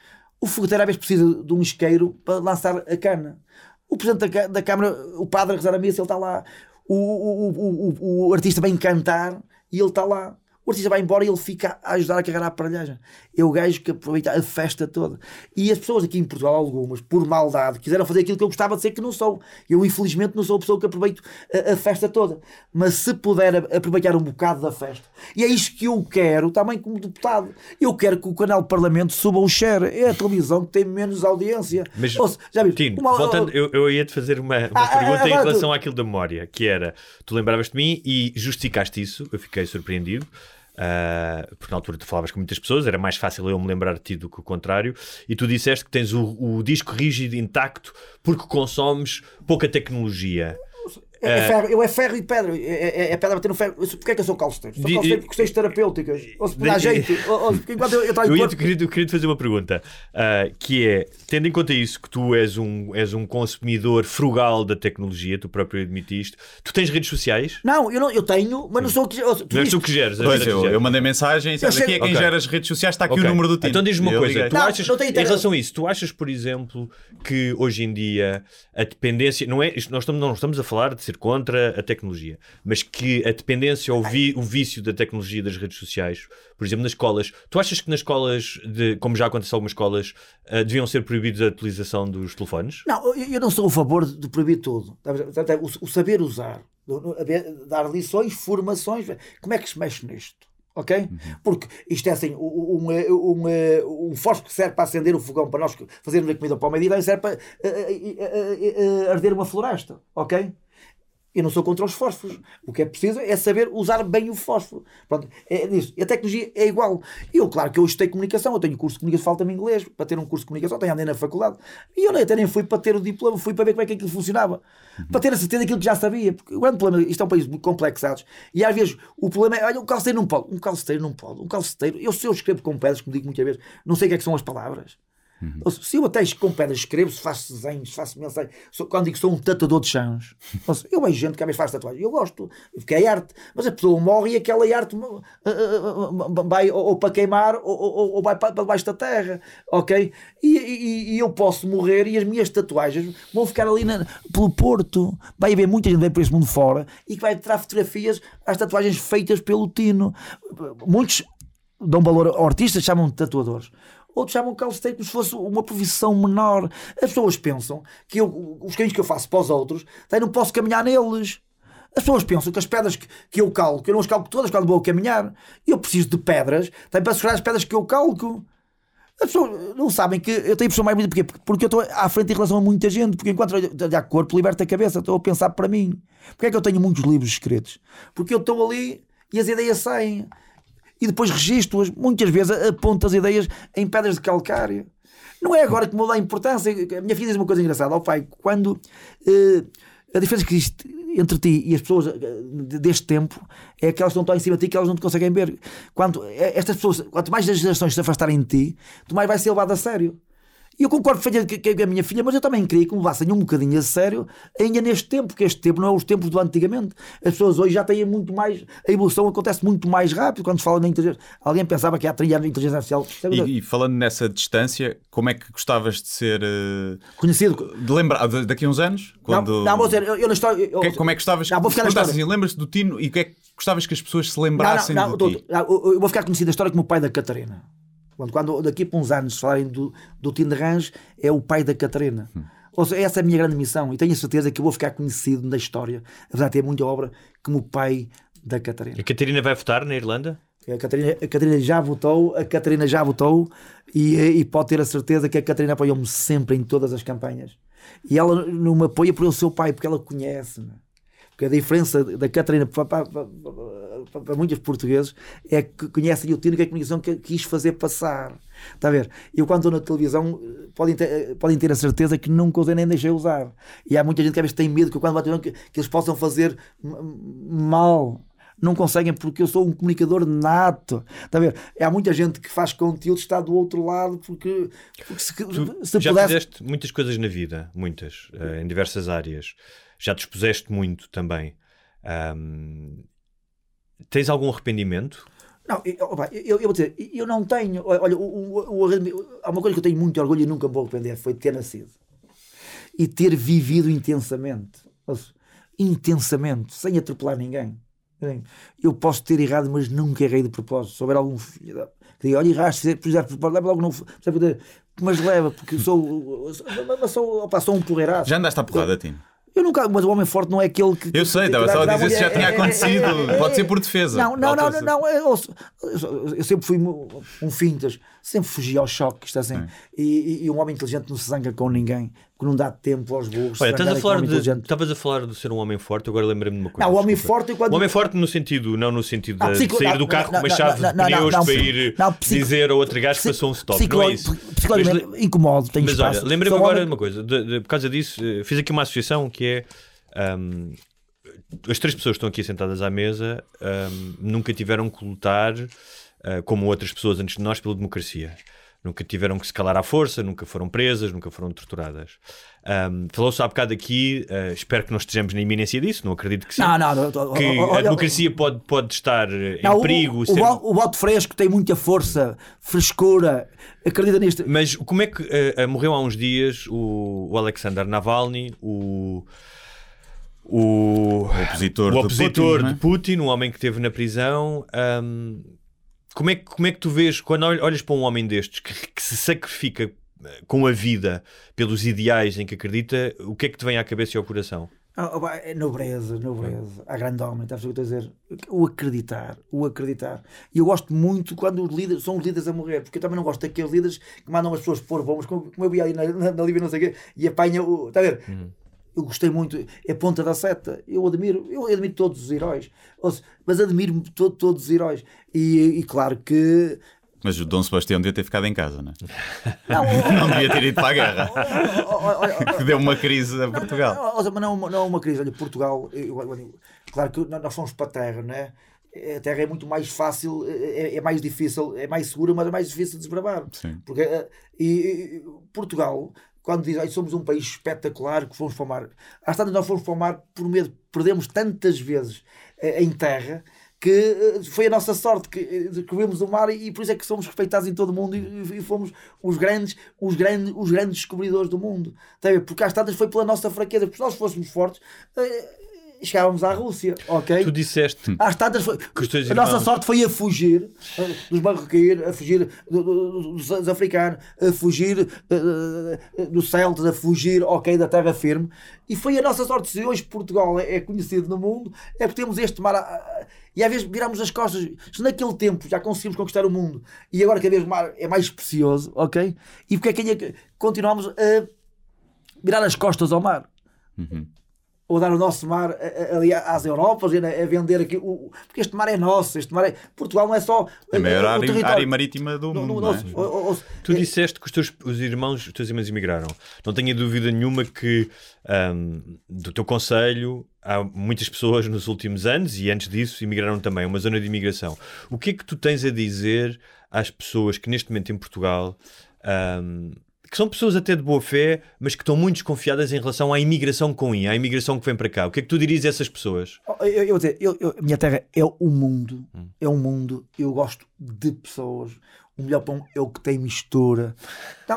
O fogueteiro às vezes precisa de um isqueiro para lançar a cana. O presidente da Câmara, o padre a rezar a missa, ele está lá. O artista vem cantar e ele está lá. O artista vai embora e ele fica a ajudar a carregar a aparelhagem. É o gajo que aproveita a festa toda. E as pessoas aqui em Portugal, algumas, por maldade, quiseram fazer aquilo que eu gostava de ser, que não sou. Eu, infelizmente, não sou a pessoa que aproveito a festa toda. Mas se puder aproveitar um bocado da festa, e é isto que eu quero, também como deputado, eu quero que o canal do Parlamento suba o share. É a televisão que tem menos audiência. Mas, já viste? Tino, voltando, eu ia-te fazer uma pergunta em relação àquilo da memória, que era, tu lembravas de mim e justificaste isso, eu fiquei surpreendido. Porque na altura tu falavas com muitas pessoas, era mais fácil eu me lembrar de ti do que o contrário, e tu disseste que tens o disco rígido intacto porque consomes pouca tecnologia. Eu é ferro e pedra. É pedra batendo ferro. Porquê é que eu sou calceteiro? Sou calceteiro porque gostei de terapêuticas. Ou se dá jeito. Enquanto eu trago eu queria te fazer uma pergunta, que é, tendo em conta isso, que tu és um consumidor frugal da tecnologia, tu próprio admitiste, tu tens redes sociais? Não, eu tenho, mas não sou o que... Não és tu que geres. Eu mandei mensagem, aqui é quem gera as redes sociais, está aqui o número do Tino. Então diz-me uma coisa, em relação a isso, tu achas, por exemplo, que hoje em dia a dependência, não estamos a falar de ser contra a tecnologia, mas que a dependência ou o vício da tecnologia das redes sociais, por exemplo, nas escolas, tu achas que nas escolas, como já aconteceu em algumas escolas, deviam ser proibidos a utilização dos telefones? Não, eu não sou a favor de proibir tudo. O saber usar, dar lições, formações, como é que se mexe nisto? Ok? Porque isto é assim, um fósforo que serve para acender o fogão, para nós fazermos a comida para o meio-dia, serve para arder uma floresta, ok? Eu não sou contra os fósforos. O que é preciso é saber usar bem o fósforo. Pronto, é disso. E a tecnologia é igual. Eu, claro que eu estudei comunicação, eu tenho curso de comunicação, falta-me inglês para ter um curso de comunicação, andei na faculdade. E eu até nem fui para ter o diploma, fui para ver como é que aquilo funcionava. Para ter a certeza daquilo que já sabia. Porque o grande problema, isto é um país muito complexado. E às vezes o problema é, olha, um calceteiro não pode. Um calceteiro não pode. Um calceteiro, se eu escrevo com pedras, como digo muitas vezes, não sei o que é que são as palavras. Ou seja, se eu até com pedras escrevo, se faço desenhos, faço mensagens, quando digo que sou um tatuador de chãos, ou seja, eu vejo gente que às vezes faz tatuagem, eu gosto, porque é arte, mas a pessoa morre e aquela arte vai ou para queimar ou vai para debaixo da terra, ok? E eu posso morrer e as minhas tatuagens vão ficar ali pelo Porto, vai haver muita gente que vem para esse mundo fora e que vai tirar fotografias às tatuagens feitas pelo Tino. Muitos dão valor ao artista, chamam de tatuadores. Outros chamam calceteiro como se fosse uma profissão menor. As pessoas pensam que os caminhos que eu faço para os outros, não posso caminhar neles. As pessoas pensam que as pedras que eu calco, eu não as calco todas quando vou caminhar. Eu preciso de pedras para segurar as pedras que eu calco. As pessoas não sabem que eu tenho a pessoa mais bonita. Porquê? Porque eu estou à frente em relação a muita gente. Porque enquanto olhar corpo, liberta a cabeça. Estou a pensar para mim. Porquê é que eu tenho muitos livros escritos? Porque eu estou ali e as ideias saem. E depois registro-as, muitas vezes aponto as ideias em pedras de calcário. Não é agora que me dá importância. A minha filha diz uma coisa engraçada: pai, quando a diferença que existe entre ti e as pessoas deste tempo é que elas não estão em cima de ti, que elas não te conseguem ver. Estas pessoas, quanto mais as gerações se afastarem de ti, tu mais vais ser levado a sério. E eu concordo com a minha filha, mas eu também queria que me levassem um bocadinho a sério ainda neste tempo, porque este tempo não é os tempos do antigamente. As pessoas hoje já têm muito mais, a evolução acontece muito mais rápido. Quando se fala na inteligência, alguém pensava que há 30 anos de inteligência artificial. E falando nessa distância, como é que gostavas de ser conhecido? De lembrar daqui a uns anos? Quando... Não, vou dizer, eu na história. Como é que gostavas? Vou ficar na história. Assim, lembras-te do Tino e o que é que gostavas que as pessoas se lembrassem de ti? Eu vou ficar conhecido a história como o pai da Catarina. Quando daqui para uns anos falarem do Tino de Range, é o pai da Catarina. Ou seja, essa é a minha grande missão e tenho a certeza que eu vou ficar conhecido na história, apesar de ter muita obra, como o pai da Catarina. A Catarina vai votar na Irlanda? A Catarina já votou, e pode ter a certeza que a Catarina apoiou-me sempre em todas as campanhas. E ela não me apoia por eu ser o pai, porque ela conhece-me. Porque a diferença da Catarina para muitos portugueses é que conhecem o Tino, que é a comunicação que quis fazer passar. Está a ver? Eu quando estou na televisão podem ter a certeza que nunca usei nem deixei usar. E há muita gente que às vezes tem medo que quando vou que eles possam fazer mal. Não conseguem porque eu sou um comunicador nato. Está a ver? Há muita gente que faz conteúdo, está do outro lado porque se já pudesse... fizeste muitas coisas na vida, muitas, em diversas áreas. Já te expuseste muito também. Tens algum arrependimento? Não, eu vou dizer, eu não tenho. Olha, há uma coisa que eu tenho muito orgulho e nunca vou arrepender: foi ter nascido e ter vivido intensamente, sem atropelar ninguém. Eu posso ter errado, mas nunca errei de propósito. Se houver algum filho que diga, olha, erraste, se fizer de propósito, leva logo, não, mas leva, porque sou um porreiraço. Já andaste à porrada, Tino? Eu nunca, mas o homem forte não é aquele que... Eu sei, estava só a dizer se já tinha acontecido. Pode ser por defesa. Não. Eu sempre fui um fintas, sempre fugi ao choque, isto assim. E um homem inteligente não se zanga com ninguém, porque não dá tempo aos burros. Olha, estavas a falar de ser um homem forte, agora lembrei-me de uma coisa. Não, o homem forte... O homem forte no sentido, não no sentido de sair do carro com uma chave de pneus para ir dizer a outro gajo que passou um stop. Não é isso. Psicologicamente incomodo, tenho espaço. Mas olha, lembrei-me agora de uma coisa. Por causa disso, fiz aqui uma associação que é... as três pessoas que estão aqui sentadas à mesa nunca tiveram que lutar como outras pessoas antes de nós pela democracia. Nunca tiveram que se calar à força, nunca foram presas, nunca foram torturadas. Falou-se há bocado aqui, espero que não estejamos na iminência disso, não acredito que sim. Que a democracia pode estar em perigo. O voto fresco tem muita força, frescura, acredita nisto. Mas como é que morreu há uns dias o Alexander Navalny, o opositor de Putin, um homem que esteve na prisão. Como é que tu vês, quando olhas para um homem destes que se sacrifica com a vida pelos ideais em que acredita, o que é que te vem à cabeça e ao coração? Nobreza, a grande homem, estás a dizer? O acreditar. E eu gosto muito quando são os líderes a morrer, porque eu também não gosto daqueles líderes que mandam as pessoas pôr bombas, como eu vi aí na Líbia, não sei o quê, e apanha o... Está a ver? Eu gostei muito, é ponta da seta. Eu admiro todos os heróis, mas admiro todos os heróis. E claro que... Mas o Dom Sebastião devia ter ficado em casa, não é? Não devia ter ido para a guerra. Que deu uma crise a Portugal. Mas não é uma crise. Olha, Portugal, claro que nós fomos para a terra, não é? a terra é muito mais fácil, é mais difícil, é mais segura, mas é mais difícil de desbravar. Sim. Porque Portugal, quando diz somos um país espetacular que fomos para o mar, às tantas nós fomos para o mar por medo, perdemos tantas vezes em terra, que foi a nossa sorte que vimos o mar, e por isso é que somos respeitados em todo o mundo e fomos os grandes descobridores do mundo. Porque às tantas foi pela nossa fraqueza, porque se nós fôssemos fortes, chegávamos à Rússia, ok? Tu disseste às tantas a nossa sorte foi a fugir dos marroquinos, a fugir dos africanos, a fugir dos celtas, a fugir, ok, da terra firme, e foi a nossa sorte. Se hoje Portugal é conhecido no mundo, é porque temos este mar e às vezes viramos as costas. Se naquele tempo já conseguimos conquistar o mundo e agora cada vez o mar é mais precioso, ok? E porque é que continuamos a virar as costas ao mar? Ou dar o nosso mar ali às Europas, a vender aqui, porque este mar é nosso, Portugal não é só a maior área marítima do mundo. Tu disseste que os teus irmãos emigraram. Não tenho dúvida nenhuma que do teu concelho há muitas pessoas nos últimos anos, e antes disso emigraram também, uma zona de imigração. O que é que tu tens a dizer às pessoas que neste momento em Portugal que são pessoas até de boa fé, mas que estão muito desconfiadas em relação à imigração com I, à imigração que vem para cá? O que é que tu dirias a essas pessoas? A minha terra é o mundo. É um mundo. Eu gosto de pessoas. O melhor pão é o que tem mistura. Não.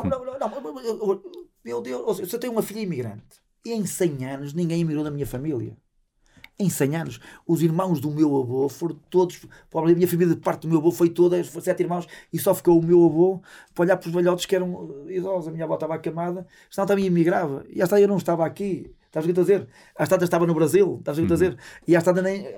Meu Deus, se eu tenho uma filha imigrante e em 100 anos ninguém imigrou da minha família. Em 100 anos, os irmãos do meu avô foram todos, a minha família de parte do meu avô foi toda, 7 irmãos, e só ficou o meu avô para olhar para os velhotes que eram idosos. A minha avó estava acamada, senão também emigrava, e às tantas eu não estava aqui. Estás a dizer? Às tantas estava no Brasil, estás a dizer? E às tantas nem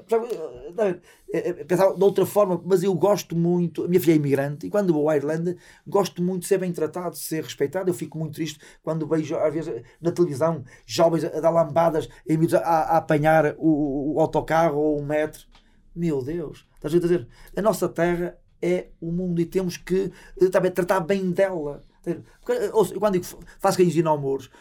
pensava de outra forma, mas eu gosto muito. A minha filha é imigrante, e quando vou à Irlanda gosto muito de ser bem tratado, de ser respeitado. Eu fico muito triste quando vejo às vezes na televisão jovens a dar lambadas a apanhar o autocarro ou o metro. Meu Deus, estás a dizer? A nossa terra é o mundo e temos que tratar bem dela. Quando digo faço caminhos e não muros,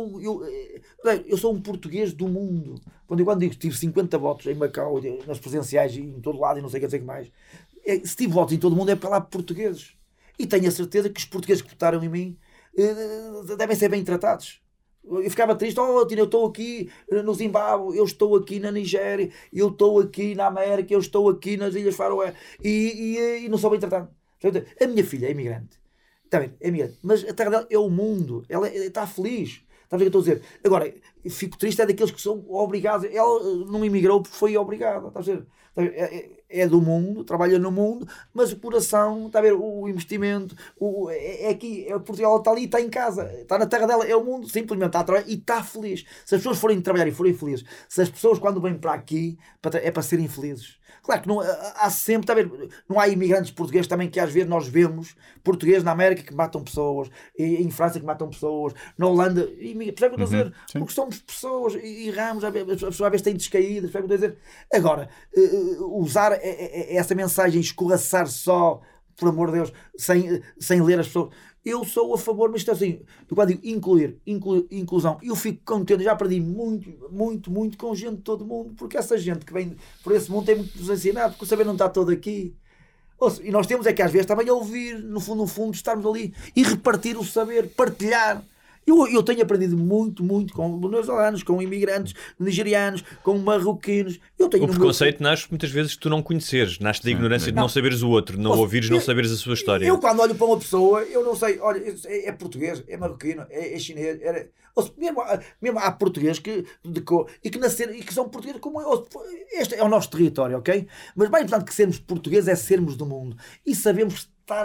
eu sou um português do mundo. Quando digo que tive 50 votos em Macau, nas presenciais e em todo lado e não sei o que mais, se tive votos em todo o mundo é para lá portugueses, e tenho a certeza que os portugueses que votaram em mim devem ser bem tratados. Eu ficava triste, eu estou aqui no Zimbábue, eu estou aqui na Nigéria, eu estou aqui na América, eu estou aqui nas Ilhas Faroé e não sou bem tratado. A minha filha é imigrante. Está bem, é minha, mas a terra dela é o mundo, ela está feliz. Está a ver o que eu estou a dizer? Agora, fico triste daqueles que são obrigados. Ela não imigrou porque foi obrigada. Está a ver? É do mundo, trabalha no mundo, mas o coração, está a ver? O investimento, é aqui, Portugal está ali, está em casa, está na terra dela, é o mundo, simplesmente está a trabalhar e está feliz. Se as pessoas forem trabalhar e forem felizes, se as pessoas quando vêm para aqui é para serem felizes. Claro que não, há sempre, está a ver, não há imigrantes portugueses também que às vezes nós vemos portugueses na América que matam pessoas, em França que matam pessoas, na Holanda, percebe o que eu estou a dizer? Porque somos pessoas e erramos, as pessoas às vezes têm descaídas, percebe o que eu estou a dizer? Agora, usar essa mensagem, escorraçar só, por amor de Deus, sem ler as pessoas. Eu sou a favor, mas assim, quando digo inclusão, eu fico contente, já aprendi muito com gente de todo mundo, porque essa gente que vem por esse mundo tem muito nos ensinar, porque o saber não está todo aqui. E nós temos é que às vezes também ouvir, no fundo, estarmos ali e repartir o saber, partilhar. Eu tenho aprendido muito com venezuelanos, com imigrantes nigerianos, com marroquinos. O preconceito nasce muitas vezes de tu não conheceres, nasce da ignorância de não saberes o outro, não ouvires, não saberes a sua história. Eu quando olho para uma pessoa, eu não sei, olha, é português, é marroquino, é chinês, mesmo há portugueses que nasceram e que são portugueses como este é o nosso território, ok? Mas mais importante que sermos portugueses é sermos do mundo e sabemos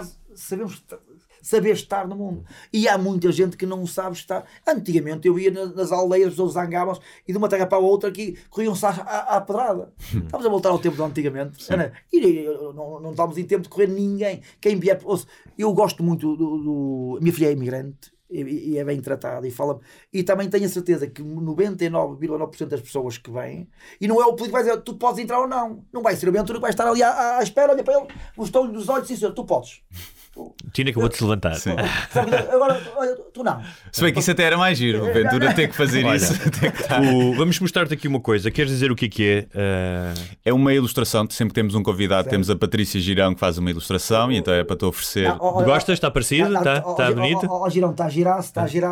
saber estar no mundo. E há muita gente que não sabe estar. Antigamente eu ia nas aldeias, as pessoas zangavam-se e de uma terra para a outra aqui corriam-se à pedrada. Estamos a voltar ao tempo de antigamente. E não estamos em tempo de correr ninguém. Quem vier. Eu gosto muito a minha filha é imigrante. e é bem tratado, e também tenho a certeza que 99,9% das pessoas que vêm, e não é o político que vai dizer tu podes entrar ou não vai ser o Ventura que vai estar ali à espera, olha para ele, gostou-lhe dos olhos, sim senhor, tu podes. Tina, que eu vou-te levantar. Agora, olha, tu não. Se bem que isso até era mais giro, o Ventura ter que fazer isso. Vamos mostrar-te aqui uma coisa. Queres dizer o que é? É uma ilustração, sempre que temos um convidado, temos a Patrícia Girão que faz uma ilustração, e então é para te oferecer. Gostas? Está parecido? Está bonito? Girão, está a girar-se.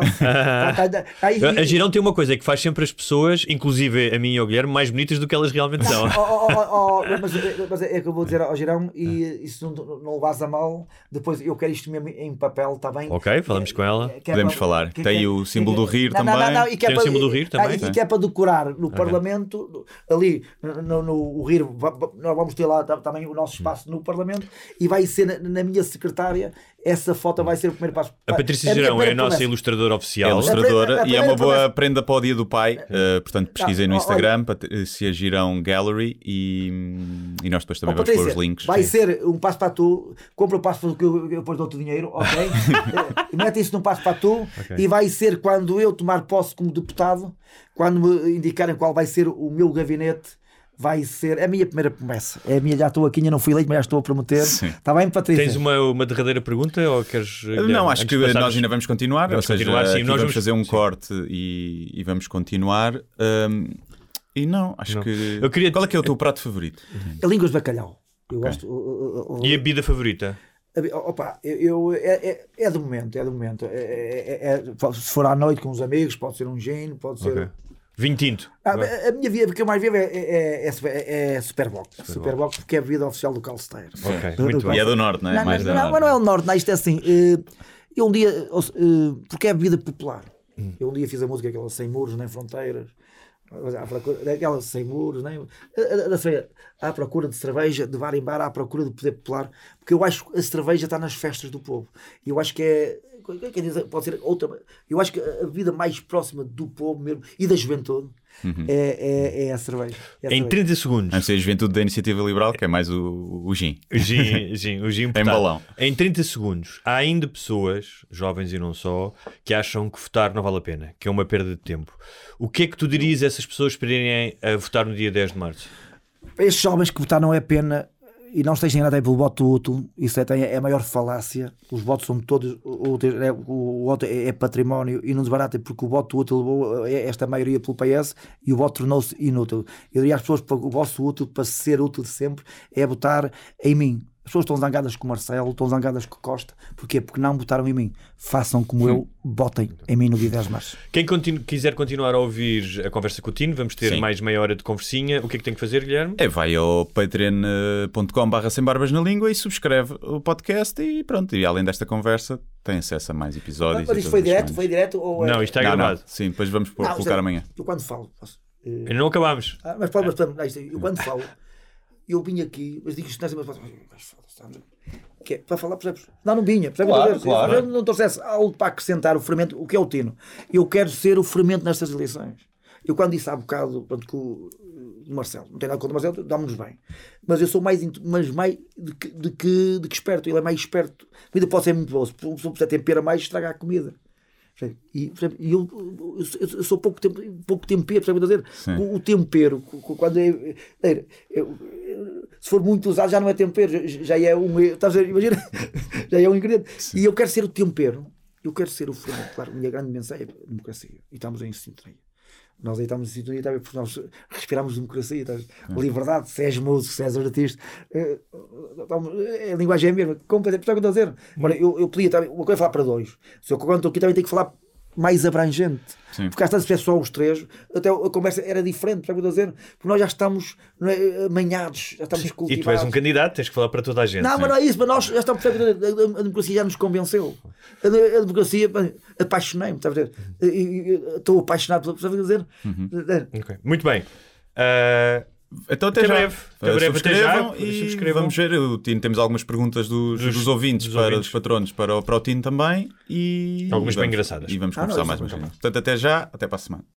A Girão tem uma coisa, é que faz sempre as pessoas, inclusive a mim e ao Guilherme, mais bonitas do que elas realmente são. Mas é que eu vou dizer ao Girão, e se não levas a mal, depois eu quero isto mesmo em papel, está bem? Ok, falamos com ela. Podemos falar. Tem o símbolo do rir também. Tem o símbolo do rir também. E que é para decorar no Parlamento, ali no rir, nós vamos ter lá também o nosso espaço no Parlamento, e vai ser na minha secretária, essa foto vai ser o primeiro passo. A Patrícia Girão é a nossa ilustradora oficial. É ilustradora e é uma boa prenda para o Dia do Pai. Portanto, pesquisem no Instagram, Patrícia Girão Gallery, e nós depois também vamos pôr os links. Vai ser um passo para tu, compra o passo para tu, eu depois dou-te o dinheiro, ok? Mete isso num passo para tu, e vai ser quando eu tomar posse como deputado, quando me indicarem qual vai ser o meu gabinete. Vai ser a minha primeira promessa. É a minha, já estou aqui, ainda não fui eleito, mas já estou a prometer. Está bem, Patrícia? Tens uma derradeira pergunta ou queres... Não, acho que nós ainda vamos continuar. Vamos continuar, sim. Nós vamos fazer um corte e vamos continuar. E não, acho que... Qual é que é o teu prato favorito? A línguas de bacalhau. Eu gosto... E a bebida favorita? Opa, é do momento. Se for à noite com os amigos, pode ser um gin, pode ser... Vinho tinto. A minha vida que eu mais vivo é Superboc. Superboc, porque é a bebida oficial do Calceteiro. Muito bem. E é do Norte, não é? Não é o Norte, não, isto é assim. Eu um dia, porque é a bebida popular. Eu um dia fiz a música, aquela Sem Muros Nem Fronteiras, aquela Sem Muros, à procura de cerveja, de bar em bar, à procura de poder popular, porque eu acho que a cerveja está nas festas do povo. E eu acho que pode ser outra. Eu acho que a vida mais próxima do povo mesmo e da juventude é a cerveja. Em 30 segundos. Não sei a juventude da Iniciativa Liberal, que é mais o gin. O gin em balão. Em 30 segundos, há ainda pessoas, jovens e não só, que acham que votar não vale a pena, que é uma perda de tempo. O que é que tu dirias a essas pessoas para irem a votar no dia 10 de março? Para estes jovens que votar não é pena, e não estejam enganado pelo voto útil, isso é a maior falácia. Os votos são todos úteis, o voto é património, e não desbaratem, porque o voto útil levou esta maioria pelo PS e o voto tornou-se inútil. Eu diria às pessoas que o vosso útil, para ser útil sempre, é votar em mim. As pessoas estão zangadas com o Marcelo, estão zangadas com o Costa. Porquê? Porque não votaram em mim. Façam como eu, votem em mim no dia 10 de março. Quem quiser continuar a ouvir a conversa com o Tino, vamos ter mais meia hora de conversinha. O que é que tem que fazer, Guilherme? Vai ao patreon.com/sembarbasnalíngua e subscreve o podcast, e pronto. E além desta conversa, tem acesso a mais episódios. Mas isto foi direto? Ou não, isto está gravado. Sim, depois vamos colocar amanhã. Eu quando falo... Ainda não acabámos. Mas eu quando falo... Eu vim aqui, mas digo isto nessa, mas que é para falar, percebes? Não vinha, percebes? Claro. Eu não trouxesse algo para acrescentar o fermento, o que é o Tino. Eu quero ser o fermento nestas eleições. Eu quando disse há bocado, pronto, que o Marcelo, não tem nada contra o Marcelo, dá-nos bem. Mas eu sou mais de que esperto, ele é mais esperto. A comida pode ser muito boa, se puder tempera mais, estraga a comida. E eu sou pouco tempero, sabe o que eu dizer? O tempero, quando se for muito usado, já não é tempero, já é estás a ver? Imagina, já é um ingrediente. Sim. E eu quero ser o tempero, eu quero ser o fermento. Claro, a minha grande mensagem é a democracia, e estamos em sintonia. Nós aí estamos em sintonia, porque nós respiramos democracia, liberdade, se és músico, se és artista, a linguagem é a mesma, completamente, sabe o que eu estou a dizer? Agora, eu podia também, uma coisa é falar para dois, se eu quando estou aqui também tenho que falar mais abrangente. Sim. Porque às vezes é só os três, até a conversa era diferente, sabe o que eu estou a dizer? Porque nós já estamos amanhados, já estamos cultivados. E tu és um candidato, tens que falar para toda a gente. Não, mas não é isso, mas nós já estamos, a democracia já nos convenceu. A democracia, apaixonei-me, está a ver? Estou apaixonado, sabe o que eu estou a dizer? Okay. Muito bem. Então até breve. Subscrevam e vamos ver. O Tino, temos algumas perguntas dos ouvintes, os patronos para o Tino também, e algumas bem engraçadas. E vamos conversar mais um bocadinho. Portanto, até já, até para a semana.